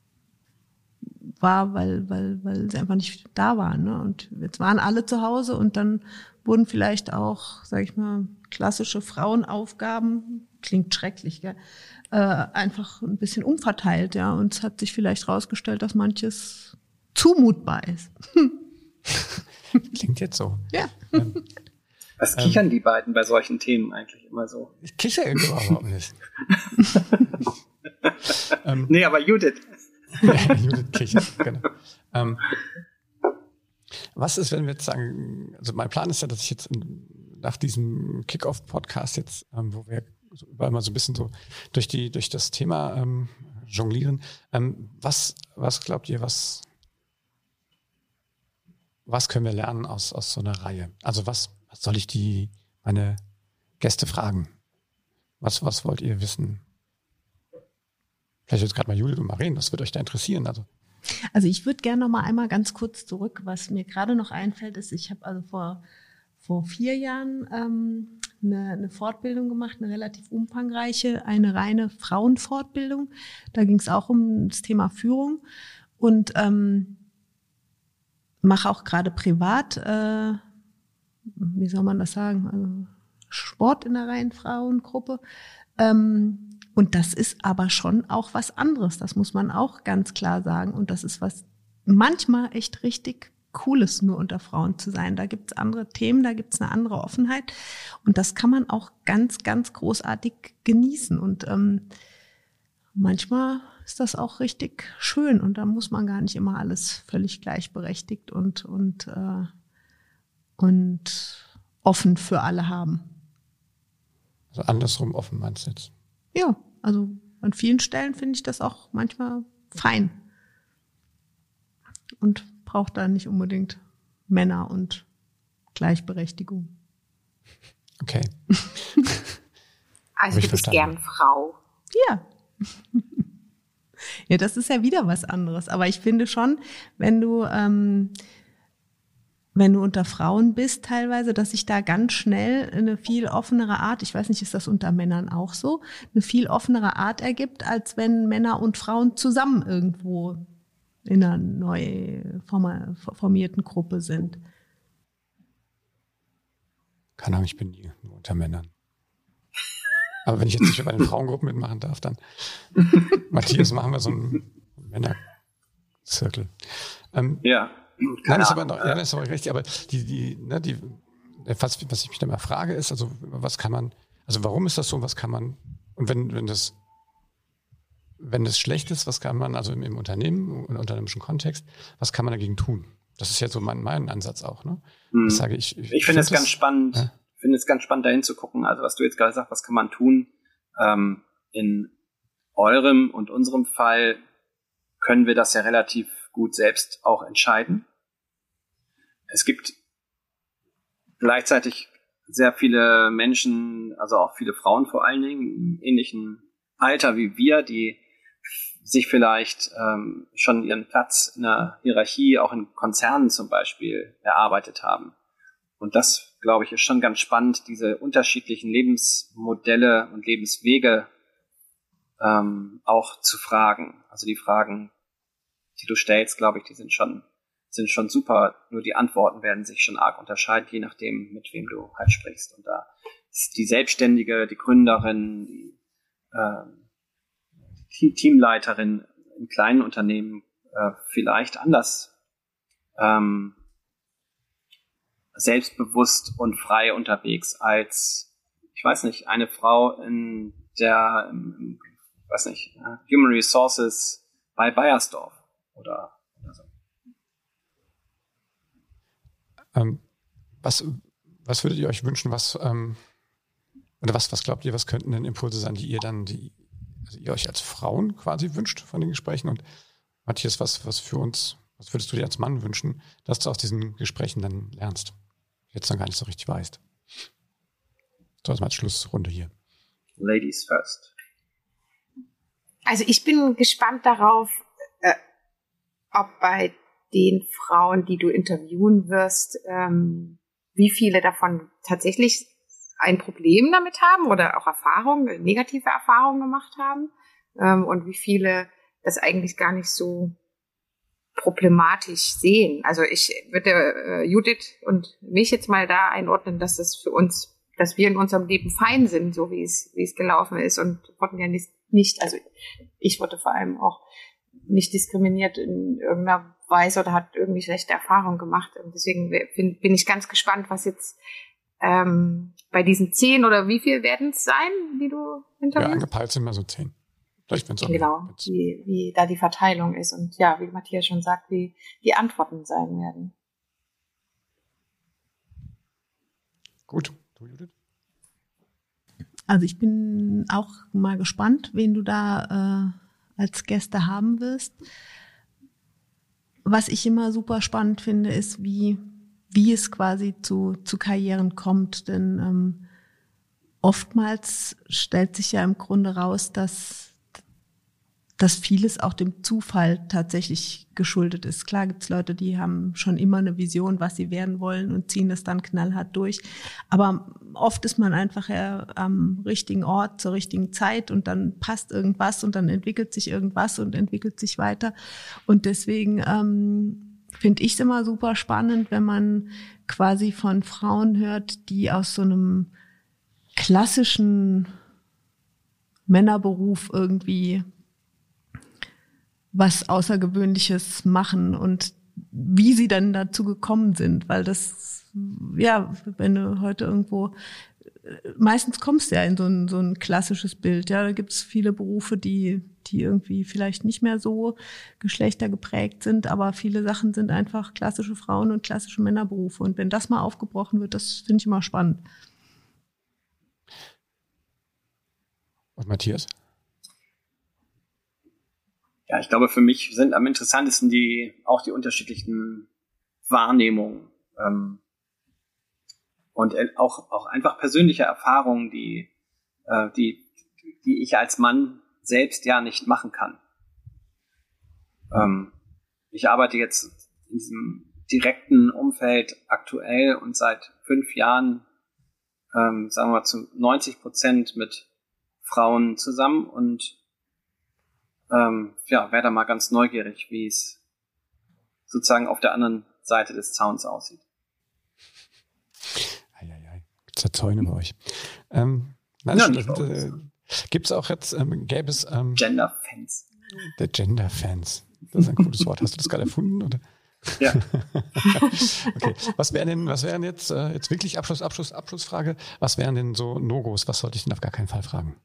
war, weil, weil, weil sie einfach nicht da waren, ne? Und jetzt waren alle zu Hause und dann wurden vielleicht auch, sag ich mal, klassische Frauenaufgaben, klingt schrecklich, gell, äh, einfach ein bisschen umverteilt, ja. Und es hat sich vielleicht rausgestellt, dass manches zumutbar ist. Klingt jetzt so. Ja. Ähm, Was kichern ähm, die beiden bei solchen Themen eigentlich immer so? Ich kichere überhaupt nicht. ähm, nee, aber Judith. Ja, Judith Kirchner, genau. Ähm, was ist, wenn wir jetzt sagen, also mein Plan ist ja, dass ich jetzt nach diesem Kick-Off-Podcast jetzt, ähm, wo wir so überall mal so ein bisschen so durch die durch das Thema ähm, jonglieren, ähm, was was glaubt ihr, was was können wir lernen aus aus so einer Reihe? Also was was soll ich die meine Gäste fragen? Was was wollt ihr wissen? Vielleicht jetzt gerade mal Judith und Maren, was würde euch da interessieren? Also Also ich würde gerne noch mal einmal ganz kurz zurück. Was mir gerade noch einfällt, ist, ich habe also vor, vor vier Jahren ähm, eine, eine Fortbildung gemacht, eine relativ umfangreiche, eine reine Frauenfortbildung. Da ging es auch um das Thema Führung und ähm, mache auch gerade privat, äh, wie soll man das sagen, also Sport in der reinen Frauengruppe. Ähm, Und das ist aber schon auch was anderes. Das muss man auch ganz klar sagen. Und das ist was manchmal echt richtig Cooles, nur unter Frauen zu sein. Da gibt's andere Themen, da gibt's eine andere Offenheit. Und das kann man auch ganz, ganz großartig genießen. Und ähm, manchmal ist das auch richtig schön. Und da muss man gar nicht immer alles völlig gleichberechtigt und, und, äh, und offen für alle haben. Also andersrum offen meinst du jetzt? Ja, also an vielen Stellen finde ich das auch manchmal fein. Und braucht da nicht unbedingt Männer und Gleichberechtigung. Okay. Also du bist gern Frau. Ja. Ja, das ist ja wieder was anderes. Aber ich finde schon, wenn du ähm, wenn du unter Frauen bist teilweise, dass sich da ganz schnell eine viel offenere Art, ich weiß nicht, ist das unter Männern auch so, eine viel offenere Art ergibt, als wenn Männer und Frauen zusammen irgendwo in einer neu formierten Gruppe sind. Keine Ahnung, ich bin nie nur unter Männern. Aber wenn ich jetzt nicht bei den Frauengruppen mitmachen darf, dann Matthias, machen wir so einen Männerzirkel. Ähm, ja. Nein, ist aber noch, ja, das ist aber richtig, aber die, die, ne, die, was, was ich mich da mal frage, ist, also, was kann man, also, warum ist das so, was kann man, und wenn, wenn das, wenn das schlecht ist, was kann man, also im, im Unternehmen, im unternehmerischen Kontext, was kann man dagegen tun? Das ist jetzt so mein, mein Ansatz auch, ne? Hm. Das sage ich. Ich, ich finde es ganz spannend, ja? Ich finde es ganz spannend, dahin zu gucken, also, was du jetzt gerade sagst, was kann man tun? Ähm, in eurem und unserem Fall können wir das ja relativ gut selbst auch entscheiden. Es gibt gleichzeitig sehr viele Menschen, also auch viele Frauen vor allen Dingen, im ähnlichen Alter wie wir, die sich vielleicht ähm, schon ihren Platz in der Hierarchie, auch in Konzernen zum Beispiel, erarbeitet haben. Und das, glaube ich, ist schon ganz spannend, diese unterschiedlichen Lebensmodelle und Lebenswege ähm, auch zu fragen. Also die Fragen, die du stellst, glaube ich, die sind schon, sind schon super. Nur die Antworten werden sich schon arg unterscheiden, je nachdem, mit wem du halt sprichst. Und da ist die Selbstständige, die Gründerin, die, äh, die Teamleiterin in kleinen Unternehmen äh, vielleicht anders ähm, selbstbewusst und frei unterwegs als, ich weiß nicht, eine Frau in der, ähm, ich weiß nicht, uh, Human Resources bei Bayersdorf. Oder, oder so. Ähm, was, was würdet ihr euch wünschen, was, ähm, oder was, was glaubt ihr, was könnten denn Impulse sein, die ihr dann, die, also ihr euch als Frauen quasi wünscht von den Gesprächen? Und Matthias, was, was für uns, was würdest du dir als Mann wünschen, dass du aus diesen Gesprächen dann lernst? Jetzt dann gar nicht so richtig weißt. So, das mal als Schlussrunde hier. Ladies first. Also ich bin gespannt darauf, äh, ob bei den Frauen, die du interviewen wirst, ähm, wie viele davon tatsächlich ein Problem damit haben oder auch Erfahrungen, negative Erfahrungen gemacht haben, ähm, und wie viele das eigentlich gar nicht so problematisch sehen. Also ich würde äh, Judith und mich jetzt mal da einordnen, dass das für uns, dass wir in unserem Leben fein sind, so wie es wie es gelaufen ist, und wurden ja nicht, nicht, also ich wurde vor allem auch nicht diskriminiert in irgendeiner Weise oder hat irgendwie schlechte Erfahrungen gemacht. Und deswegen bin, bin ich ganz gespannt, was jetzt ähm, bei diesen zehn oder wie viel werden es sein, die du interviewst? Ja, angepeilt sind immer so zehn. Vielleicht, wenn's auch genau, wenn's wie, wie da die Verteilung ist und ja, wie Matthias schon sagt, wie die Antworten sein werden. Gut. Du, Judith? Also ich bin auch mal gespannt, wen du da äh, als Gäste haben wirst. Was ich immer super spannend finde, ist, wie, wie es quasi zu, zu Karrieren kommt. Denn ähm, oftmals stellt sich ja im Grunde raus, dass, dass vieles auch dem Zufall tatsächlich geschuldet ist. Klar gibt es Leute, die haben schon immer eine Vision, was sie werden wollen und ziehen das dann knallhart durch. Aber oft ist man einfach ja am richtigen Ort zur richtigen Zeit und dann passt irgendwas und dann entwickelt sich irgendwas und entwickelt sich weiter. Und deswegen ähm, finde ich es immer super spannend, wenn man quasi von Frauen hört, die aus so einem klassischen Männerberuf irgendwie was Außergewöhnliches machen und wie sie dann dazu gekommen sind, weil das, ja, wenn du heute irgendwo, meistens kommst du ja in so ein, so ein klassisches Bild, ja, da gibt es viele Berufe, die, die irgendwie vielleicht nicht mehr so geschlechtergeprägt sind, aber viele Sachen sind einfach klassische Frauen- und klassische Männerberufe und wenn das mal aufgebrochen wird, das finde ich immer spannend. Und Matthias? Ja, ich glaube, für mich sind am interessantesten die auch die unterschiedlichen Wahrnehmungen ähm, und auch auch einfach persönliche Erfahrungen, die äh, die die ich als Mann selbst ja nicht machen kann. Ähm, ich arbeite jetzt in diesem direkten Umfeld aktuell und seit fünf Jahren, ähm, sagen wir mal, zu neunzig Prozent mit Frauen zusammen und Ähm, ja, wäre da mal ganz neugierig, wie es sozusagen auf der anderen Seite des Zauns aussieht. Eieiei, gibt's da Zäune bei euch? Ähm, nein, Ja, schon, äh, gibt's auch jetzt, ähm, gäbe es ähm, Gender-Fans. Der Gender-Fans. Das ist ein cooles Wort. Hast du das gerade erfunden, oder? Ja. Okay. Was wären denn, was wären jetzt, äh, jetzt wirklich Abschluss, Abschluss, Abschlussfrage, was wären denn so No-Gos? Was sollte ich denn auf gar keinen Fall fragen?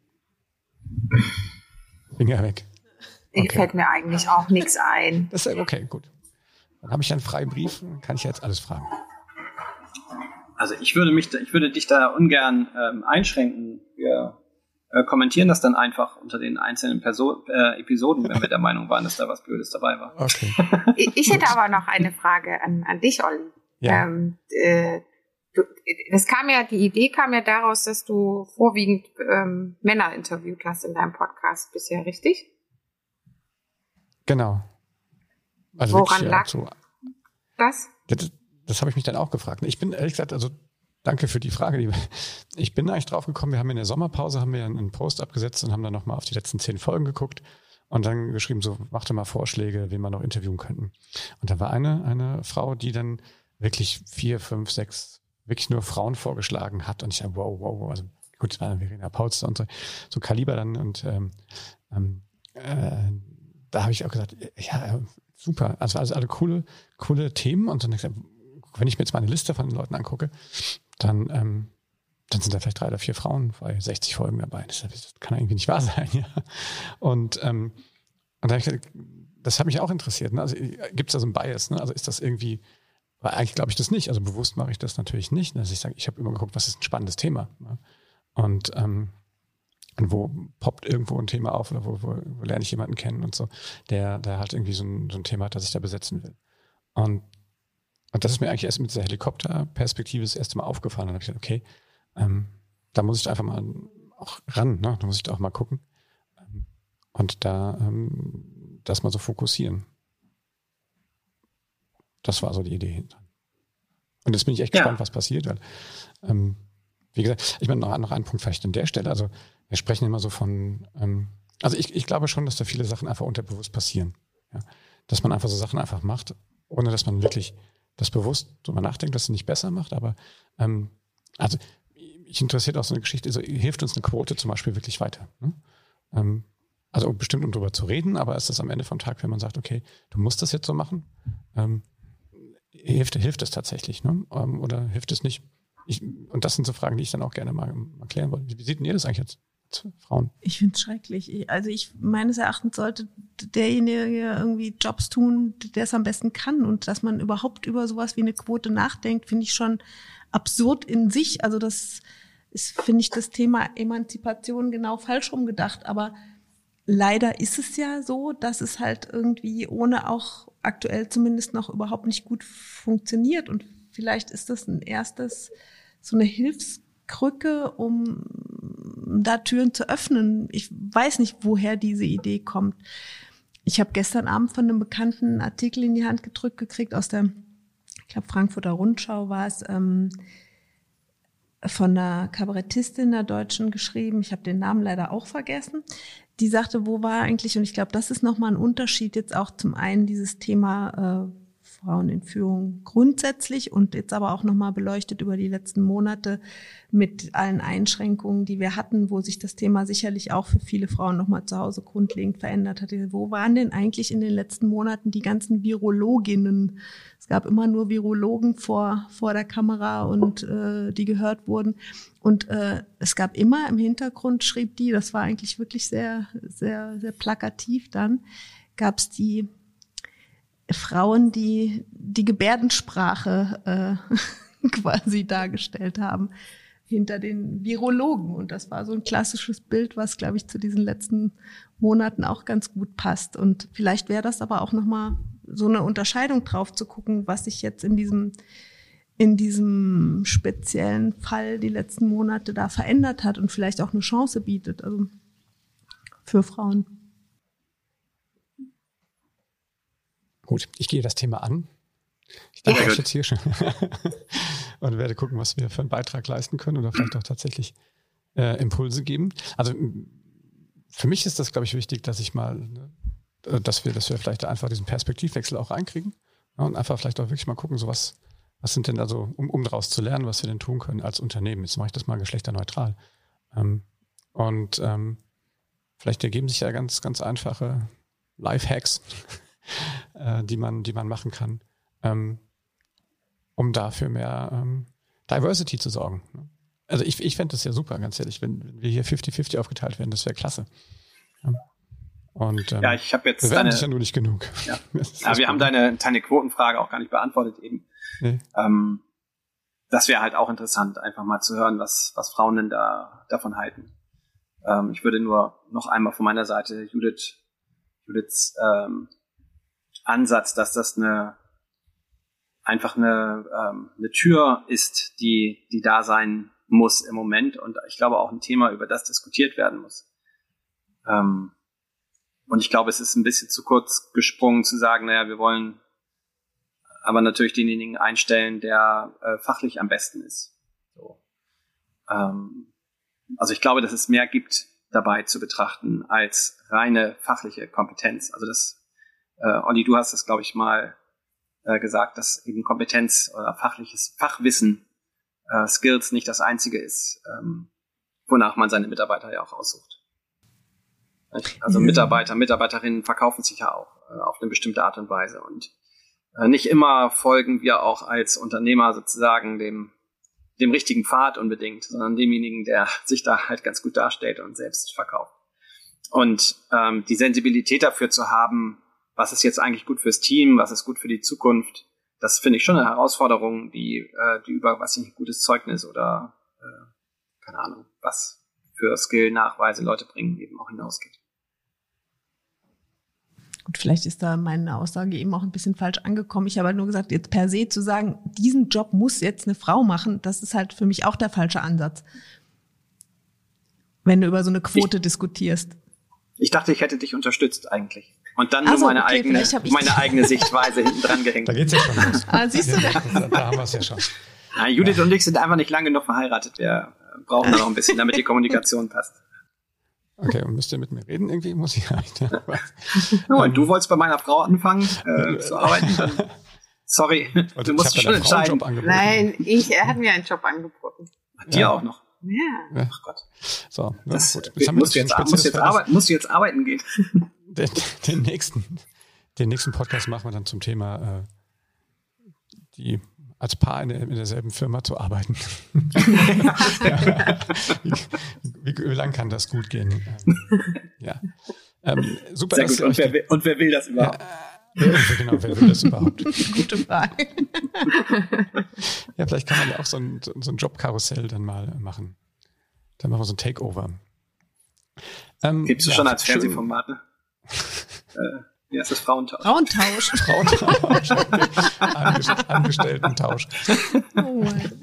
Finger weg. Okay. Okay. Fällt mir eigentlich auch nichts ein. Das ist okay, gut. Dann habe ich einen freien Brief, kann ich ja jetzt alles fragen. Also ich würde mich, da, ich würde dich da ungern ähm, einschränken. Wir äh, kommentieren das dann einfach unter den einzelnen Perso- äh, Episoden, wenn wir der Meinung waren, dass da was Blödes dabei war. Okay. Ich, ich hätte aber noch eine Frage an, an dich, Olli. Ja. Ähm, äh, du, das kam ja, die Idee kam ja daraus, dass du vorwiegend ähm, Männer interviewt hast in deinem Podcast bisher, richtig? Genau. Also Woran wirklich, ja, lag so, das? das? Das habe ich mich dann auch gefragt. Ich bin ehrlich gesagt, also danke für die Frage. Die, ich bin eigentlich drauf gekommen, wir haben in der Sommerpause haben wir einen Post abgesetzt und haben dann nochmal auf die letzten zehn Folgen geguckt und dann geschrieben, so machte mal Vorschläge, wen wir noch interviewen könnten. Und da war eine, eine Frau, die dann wirklich vier, fünf, sechs, wirklich nur Frauen vorgeschlagen hat. Und ich dachte, wow, wow, wow. Also gut, es war dann Verena Pautz und so, so Kaliber dann. Und ähm, ähm, äh, da habe ich auch gesagt, ja, super. Also, also alle coole, coole Themen. Und dann habe ich gesagt, wenn ich mir jetzt mal eine Liste von den Leuten angucke, dann, ähm, dann sind da vielleicht drei oder vier Frauen bei sechzig Folgen dabei. Das, das kann irgendwie nicht wahr sein. Ja. Und, ähm, und da habe ich gesagt, das hat mich auch interessiert. Ne? Also gibt es da so einen Bias? Ne? Also ist das irgendwie, weil eigentlich glaube ich das nicht. Also bewusst mache ich das natürlich nicht. Also ich sage, ich habe immer geguckt, was ist ein spannendes Thema. Ne? Und, ähm, und wo poppt irgendwo ein Thema auf oder wo, wo, wo lerne ich jemanden kennen und so, der, der halt irgendwie so ein, so ein Thema hat, das ich da besetzen will. Und Und das ist mir eigentlich erst mit dieser Helikopterperspektive das erste Mal aufgefallen. Und dann habe ich gesagt, okay, ähm, da muss ich einfach mal auch ran, ne? Da muss ich da auch mal gucken. Ähm, und da ähm, das mal so fokussieren. Das war so die Idee hinter. Und jetzt bin ich echt Ja. gespannt, was passiert. Weil, ähm, wie gesagt, ich meine, noch, noch einen Punkt vielleicht an der Stelle. Also wir sprechen immer so von, ähm, also ich, ich glaube schon, dass da viele Sachen einfach unterbewusst passieren. Ja? Dass man einfach so Sachen einfach macht, ohne dass man wirklich das bewusst drüber nachdenkt, dass es nicht besser macht, aber ähm, also mich interessiert auch so eine Geschichte, also hilft uns eine Quote zum Beispiel wirklich weiter. Ne? Ähm, also bestimmt, um drüber zu reden, aber ist das am Ende vom Tag, wenn man sagt, okay, du musst das jetzt so machen, ähm, hilft, hilft es tatsächlich, ne? Ähm, oder hilft es nicht? Ich, und das sind so Fragen, die ich dann auch gerne mal, mal klären wollte. Wie, wie seht denn ihr das eigentlich jetzt? Frauen. Ich finde es schrecklich. Ich, also ich meines Erachtens sollte derjenige irgendwie Jobs tun, der es am besten kann. Und dass man überhaupt über sowas wie eine Quote nachdenkt, finde ich schon absurd in sich. Also das ist, finde ich, das Thema Emanzipation genau falsch rumgedacht. Aber leider ist es ja so, dass es halt irgendwie ohne auch aktuell zumindest noch überhaupt nicht gut funktioniert. Und vielleicht ist das ein erstes, so eine Hilfskrücke, um da Türen zu öffnen. Ich weiß nicht, woher diese Idee kommt. Ich habe gestern Abend von einem Bekannten einen Artikel in die Hand gedrückt gekriegt aus der, ich glaube, Frankfurter Rundschau war es, ähm, von einer Kabarettistin der Deutschen geschrieben. Ich habe den Namen leider auch vergessen. Die sagte, wo war eigentlich, und ich glaube, das ist nochmal ein Unterschied jetzt auch zum einen dieses Thema äh, Frauen in Führung grundsätzlich und jetzt aber auch nochmal beleuchtet über die letzten Monate mit allen Einschränkungen, die wir hatten, wo sich das Thema sicherlich auch für viele Frauen nochmal zu Hause grundlegend verändert hat. Wo waren denn eigentlich in den letzten Monaten die ganzen Virologinnen? Es gab immer nur Virologen vor vor der Kamera und äh, die gehört wurden. Und äh, es gab immer im Hintergrund, schrieb die, das war eigentlich wirklich sehr, sehr, sehr plakativ dann, gab es die Frauen, die die Gebärdensprache äh, quasi dargestellt haben hinter den Virologen. Und das war so ein klassisches Bild, was, glaube ich, zu diesen letzten Monaten auch ganz gut passt. Und vielleicht wäre das aber auch nochmal so eine Unterscheidung drauf zu gucken, was sich jetzt in diesem in diesem speziellen Fall die letzten Monate da verändert hat und vielleicht auch eine Chance bietet, also für Frauen. Gut, ich gehe das Thema an. Ich denke, ich jetzt hier schon und werde gucken, was wir für einen Beitrag leisten können oder vielleicht auch tatsächlich äh, Impulse geben. Also für mich ist das, glaube ich, wichtig, dass ich mal, äh, dass wir, dass wir vielleicht einfach diesen Perspektivwechsel auch reinkriegen, ja, und einfach vielleicht auch wirklich mal gucken, so was, was sind denn da so, um, um daraus zu lernen, was wir denn tun können als Unternehmen. Jetzt mache ich das mal geschlechterneutral. Ähm, und ähm, vielleicht ergeben sich ja ganz, ganz einfache Lifehacks, die man, die man machen kann, ähm, um dafür mehr ähm, Diversity zu sorgen. Also ich, ich fände das ja super, ganz ehrlich, wenn, wenn wir hier fifty fifty aufgeteilt werden, das wäre klasse. Ja. Und ähm, ja, ich habe jetzt wir werden deine, ja nur nicht genug. Ja, ja wir haben deine, deine Quotenfrage auch gar nicht beantwortet eben. Nee. Ähm, das wäre halt auch interessant, einfach mal zu hören, was, was Frauen denn da davon halten. Ähm, ich würde nur noch einmal von meiner Seite Judith, Judiths ähm, Ansatz, dass das eine einfach eine, ähm, eine Tür ist, die, die da sein muss im Moment und ich glaube auch ein Thema, über das diskutiert werden muss. Ähm, und ich glaube, es ist ein bisschen zu kurz gesprungen zu sagen, naja, wir wollen aber natürlich denjenigen einstellen, der äh, fachlich am besten ist. So. Ähm, also ich glaube, dass es mehr gibt dabei zu betrachten als reine fachliche Kompetenz. Also das Uh, Olli, du hast das, glaube ich, mal uh, gesagt, dass eben Kompetenz oder fachliches Fachwissen, uh, Skills nicht das Einzige ist, um, wonach man seine Mitarbeiter ja auch aussucht. Also Mitarbeiter, Mitarbeiterinnen verkaufen sich ja auch uh, auf eine bestimmte Art und Weise und uh, nicht immer folgen wir auch als Unternehmer sozusagen dem, dem richtigen Pfad unbedingt, sondern demjenigen, der sich da halt ganz gut darstellt und selbst verkauft. Und um, die Sensibilität dafür zu haben, was ist jetzt eigentlich gut fürs Team, was ist gut für die Zukunft, das finde ich schon eine Herausforderung, die, äh, die über, was nicht, ein gutes Zeugnis oder, äh, keine Ahnung, was für Skill-Nachweise Leute bringen, eben auch hinausgeht. Gut, vielleicht ist da meine Aussage eben auch ein bisschen falsch angekommen. Ich habe halt nur gesagt, jetzt per se zu sagen, diesen Job muss jetzt eine Frau machen, das ist halt für mich auch der falsche Ansatz. Wenn du über so eine Quote ich, diskutierst. Ich dachte, ich hätte dich unterstützt eigentlich. Und dann also, nur meine, okay, eigene, meine eigene Sichtweise hinten dran gehängt. Da geht's ja schon los. Ah, siehst du, da, da, da haben wir es ja schon. Ja, Judith ja. und ich sind einfach nicht lange genug verheiratet. Wir brauchen da noch ein bisschen, damit die Kommunikation passt. Okay, und müsst ihr mit mir reden irgendwie? Muss ich halt. Ja. Ja, und du wolltest bei meiner Frau anfangen äh, zu arbeiten? Dann, sorry, und du musst schon entscheiden. Nein, ich, er hat mir einen Job angeboten. Dir ja. auch noch? Ja. Ach Gott. So, ja, das, gut. Jetzt haben musst, wir jetzt, musst, jetzt arbeiten, musst du jetzt arbeiten gehen? Den, den, nächsten, den nächsten Podcast machen wir dann zum Thema äh, die als Paar in, der, in derselben Firma zu arbeiten. wie, wie, wie lang kann das gut gehen? Ja. Ähm, super. Sehr gut. Und wer, will, und wer will das überhaupt? Ja, ja, genau, wer will das überhaupt? Gute Frage. Ja, vielleicht kann man ja auch so ein, so ein Jobkarussell dann mal machen. Dann machen wir so ein Takeover. Ähm, Gibst du ja, schon als schön. Fernsehformat, ne? äh, wie heißt das? Frauentausch. Frauentausch. Frauentausch. Okay. Angest- Angestellten-Tausch. Oh mein.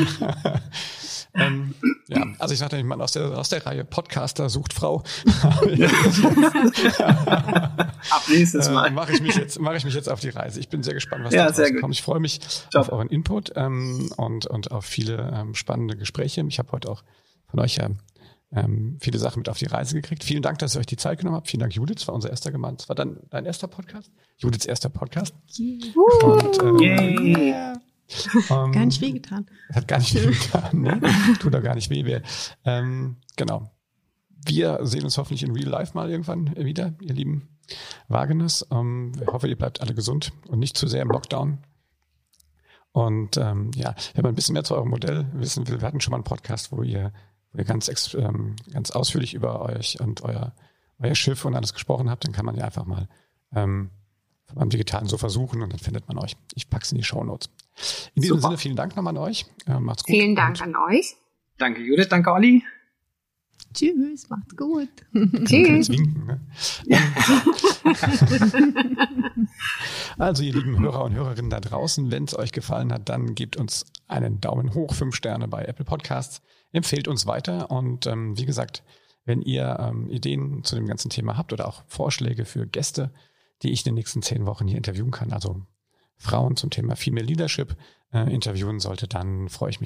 ähm, ja, also ich dachte, ich meine, aus der, aus der Reihe Podcaster sucht Frau. Ab nächstes Mal. Äh, mache ich mich jetzt, mache ich mich jetzt auf die Reise. Ich bin sehr gespannt, was Ja, da sehr rauskommt. gut. Ich freue mich Ciao. auf euren Input ähm, und, und auf viele ähm, spannende Gespräche. Ich habe heute auch von euch ja ähm, viele Sachen mit auf die Reise gekriegt. Vielen Dank, dass ihr euch die Zeit genommen habt. Vielen Dank, Judith. Das war unser erster Gemein. Das war dann dein erster Podcast? Judiths erster Podcast. Und, ähm, Yay. ähm, Gar nicht wehgetan. Hat gar nicht wehgetan, ne? Tut doch gar nicht weh. Wer, ähm, genau. Wir sehen uns hoffentlich in Real Life mal irgendwann wieder, ihr lieben Wageners. Ähm, ich hoffe, ihr bleibt alle gesund und nicht zu sehr im Lockdown. Und ähm, ja, wenn man ein bisschen mehr zu eurem Modell wissen will, wir hatten schon mal einen Podcast, wo ihr, wo ihr ganz, ex, ähm, ganz ausführlich über euch und euer, euer Schiff und alles gesprochen habt, dann kann man ja einfach mal ähm, beim digitalen Sofa suchen und dann findet man euch. Ich pack's in die Shownotes. In diesem Super. Sinne, vielen Dank nochmal an euch. Äh, macht's gut. Vielen Dank Und an euch. Danke Judith, danke Olli. Tschüss, macht's gut. man kann Tschüss. jetzt winken, ne? Also, ihr lieben Hörer und Hörerinnen da draußen, wenn es euch gefallen hat, dann gebt uns einen Daumen hoch, fünf Sterne bei Apple Podcasts, empfehlt uns weiter und ähm, wie gesagt, wenn ihr ähm, Ideen zu dem ganzen Thema habt oder auch Vorschläge für Gäste, die ich in den nächsten zehn Wochen hier interviewen kann, also Frauen zum Thema Female Leadership äh, interviewen sollte, dann freue ich mich